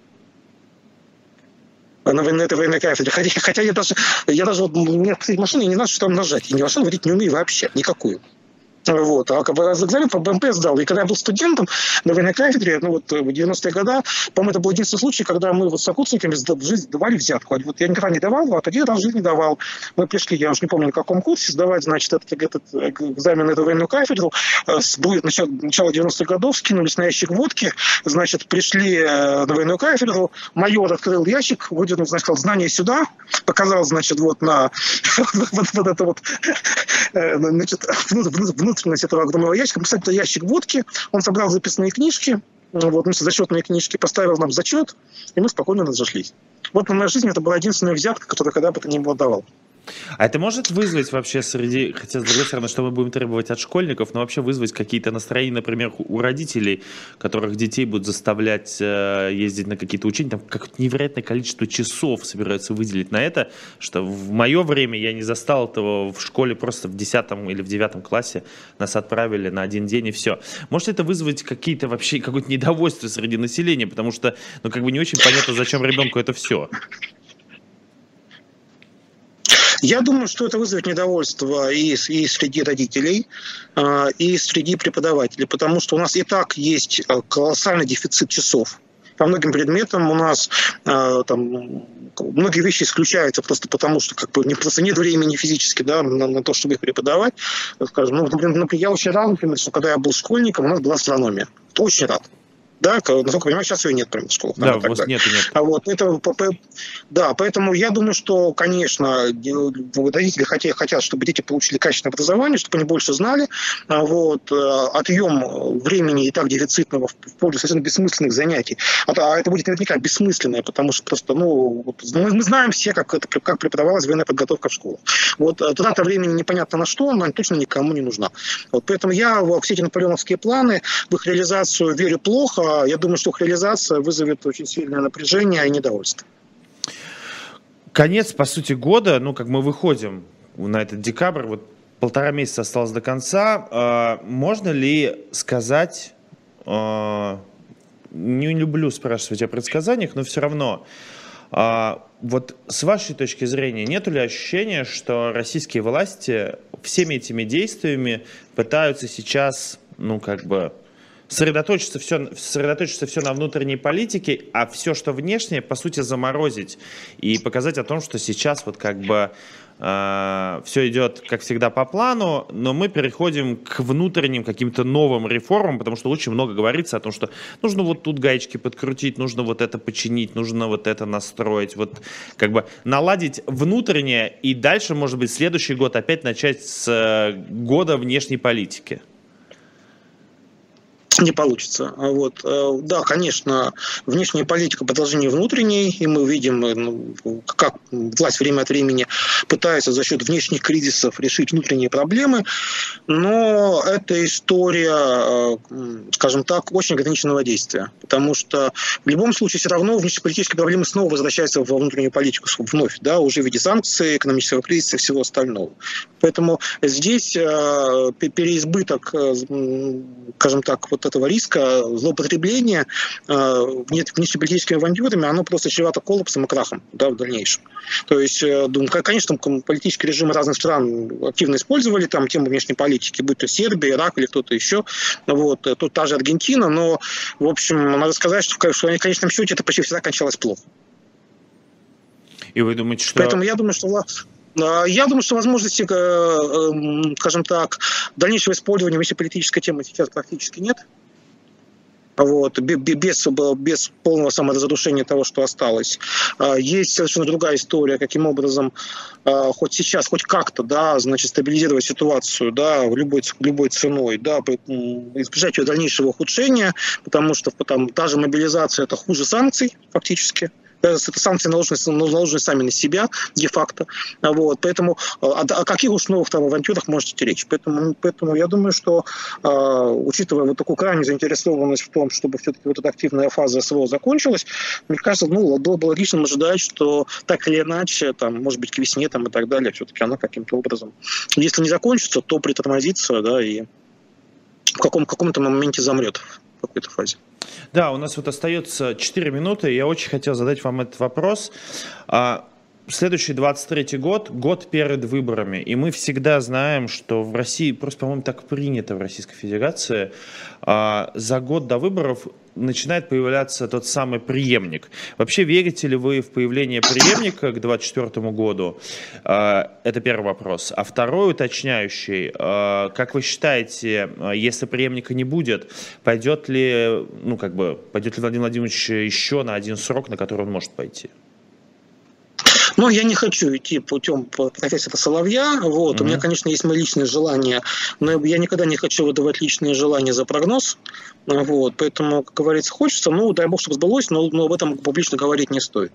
На этой военной кафедре. Хотя я даже вот, у меня в машине, я не знаю, что там нажать. Я машину водить не умею вообще, никакую. Вот. А экзамен по БМП сдал. И когда я был студентом на военной кафедре, в 90-е годы, по-моему, это был единственный случай, когда мы вот с сокурсниками давали взятку. Вот я никогда не давал, а один раз в жизни давал. Мы пришли, я уже не помню, на каком курсе, сдавать, значит, этот экзамен на эту военную кафедру. Начало 90-х годов, скинулись на ящик водки, значит, пришли на военную кафедру, майор открыл ящик, выдернул, значит, сказал, знание сюда, показал, значит, вот на вот это вот, значит, внутренность этого огромного ящика. Кстати, это ящик водки. Он собрал записные книжки, зачетные книжки, поставил нам зачет, и мы спокойно разошлись. Вот в моей жизни это была единственная взятка, которую когда бы то ни было давал. А это может вызвать вообще среди, хотя с другой стороны, что мы будем требовать от школьников, но вообще вызвать какие-то настроения, например, у родителей, которых детей будут заставлять ездить на какие-то учения, там какое-то невероятное количество часов собираются выделить на это, что в мое время я не застал этого в школе, просто в 10 или в 9 классе нас отправили на один день и все. Может это вызвать какие-то вообще, какое-то недовольство среди населения, потому что, ну, как бы не очень понятно, зачем ребенку это все. Я думаю, что это вызовет недовольство и среди родителей, и среди преподавателей, потому что у нас и так есть колоссальный дефицит часов. По многим предметам у нас там многие вещи исключаются просто потому, что как бы просто нет времени физически, да, на то, чтобы их преподавать. Скажем, ну, например, я очень рад, например, что когда я был школьником, у нас была астрономия. Очень рад. Да, насколько я понимаю, сейчас ее нет прямо в школах. Да, вот нет. Вот, да, поэтому я думаю, что, конечно, родители хотят, чтобы дети получили качественное образование, чтобы они больше знали. Вот, отъем времени и так дефицитного в пользу совершенно бессмысленных занятий. А это будет наверняка бессмысленное, потому что просто, мы знаем все, как преподавалась военная подготовка в школах. Вот, трата времени непонятно на что, но точно никому не нужна. Вот, поэтому я во все эти наполеоновские планы, в их реализацию верю плохо. Я думаю, что их реализация вызовет очень сильное напряжение и недовольство. Конец, по сути, года, как мы выходим на этот декабрь, вот 1,5 месяца осталось до конца. Можно ли сказать, не люблю спрашивать о предсказаниях, но все равно, вот с вашей точки зрения, нет ли ощущения, что российские власти всеми этими действиями пытаются сейчас, сосредоточиться все на внутренней политике, а все, что внешнее, по сути, заморозить и показать о том, что сейчас все идет, как всегда, по плану, но мы переходим к внутренним каким-то новым реформам, потому что очень много говорится о том, что нужно вот тут гаечки подкрутить, нужно вот это починить, нужно вот это настроить, наладить внутреннее, и дальше, может быть, следующий год опять начать с года внешней политики. Не получится. Вот. Да, конечно, внешняя политика продолжение внутренней, и мы видим, как власть время от времени пытается за счет внешних кризисов решить внутренние проблемы, но это история, скажем так, очень ограниченного действия, потому что в любом случае все равно внешнеполитические проблемы снова возвращаются во внутреннюю политику вновь, да, уже в виде санкций, экономического кризиса и всего остального. Поэтому здесь переизбыток, скажем так, вот этого риска злоупотребления внешнеполитическими авантюрами, оно просто чревато коллапсом и крахом, да, в дальнейшем. То есть, конечно, политические режимы разных стран активно использовали там тему внешней политики, будь то Сербия, Ирак или кто-то еще, вот, тут та же Аргентина, но, в общем, надо сказать, что в конечном счете это почти всегда кончалось плохо. И вы думаете, что... Поэтому я думаю, что возможности, скажем так, дальнейшего использования внешнеполитической темы сейчас практически нет. Вот, без полного саморазрушения того, что осталось. Есть совершенно другая история, каким образом хоть сейчас, хоть как-то, да, значит, стабилизировать ситуацию, да, любой ценой, да, избежать ее дальнейшего ухудшения, потому что та же мобилизация – это хуже санкций фактически. Это санкции наложены сами на себя, де-факто. Вот, поэтому о каких уж новых там авантюрах может идти речь? Поэтому я думаю, что, учитывая вот такую крайнюю заинтересованность в том, чтобы все-таки вот эта активная фаза СВО закончилась, мне кажется, было бы логичным ожидать, что так или иначе, там, может быть, к весне там, и так далее, все-таки она каким-то образом, если не закончится, то притормозится, да, и в каком-то моменте замрет в какой-то фазе. Да, у нас вот остается 4 минуты, и я очень хотел задать вам этот вопрос. Следующий 23-й год перед выборами, и мы всегда знаем, что в России, просто, по-моему, так принято в Российской Федерации, за год до выборов начинает появляться тот самый преемник. Вообще, верите ли вы в появление преемника к 2024 году? Это первый вопрос. А второй уточняющий, как вы считаете, если преемника не будет, пойдет ли Владимир Владимирович еще на один срок, на который он может пойти? Но я не хочу идти путем профессора Соловья. Вот. У меня, конечно, есть мои личные желания, но я никогда не хочу выдавать личные желания за прогноз. Вот. Поэтому, как говорится, хочется, дай бог, чтобы сбылось, но об этом публично говорить не стоит.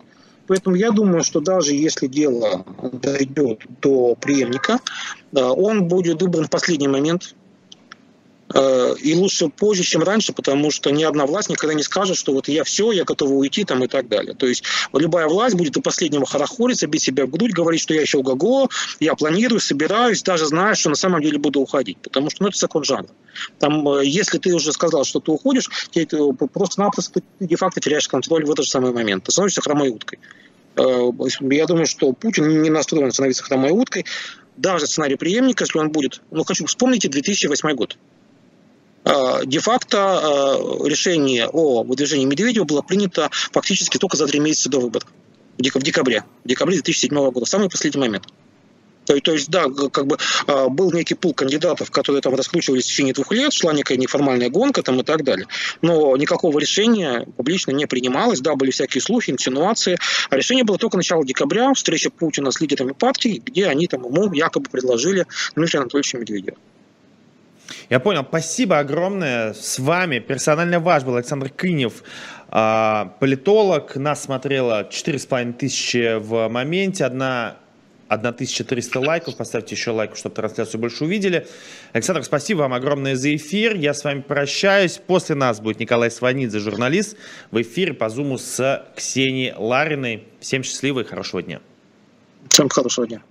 Поэтому я думаю, что даже если дело дойдет до преемника, он будет выбран в последний момент. И лучше позже, чем раньше, потому что ни одна власть никогда не скажет, что вот я все, я готова уйти там и так далее. То есть любая власть будет до последнего хорохориться, бить себя в грудь, говорить, что я еще ого-го, я планирую, собираюсь, даже зная, что на самом деле буду уходить. Потому что это закон жанра. Там, если ты уже сказал, что ты уходишь, ты просто-напросто ты де-факто теряешь контроль в этот же самый момент. Ты становишься хромой уткой. Я думаю, что Путин не настроен становиться хромой уткой. Даже сценарий преемника, если он будет... Вспомните 2008 год. Де-факто решение о выдвижении Медведева было принято фактически только за 3 месяца до выборов. В декабре 2007 года, в самый последний момент. То есть, да, как бы был некий пул кандидатов, которые там раскручивались в течение 2 лет, шла некая неформальная гонка там и так далее. Но никакого решения публично не принималось, да, были всякие слухи, инсинуации. А решение было только начало декабря, встреча Путина с лидерами партий, где они там ему якобы предложили Дмитрия Анатольевича Медведева. Я понял. Спасибо огромное. С вами персонально ваш был Александр Кынев, политолог. Нас смотрело 4500 в моменте, 1300 лайков. Поставьте еще лайк, чтобы трансляцию больше увидели. Александр, спасибо вам огромное за эфир. Я с вами прощаюсь. После нас будет Николай Сванидзе, журналист, в эфире по Зуму с Ксенией Лариной. Всем счастливо и хорошего дня. Всем хорошего дня.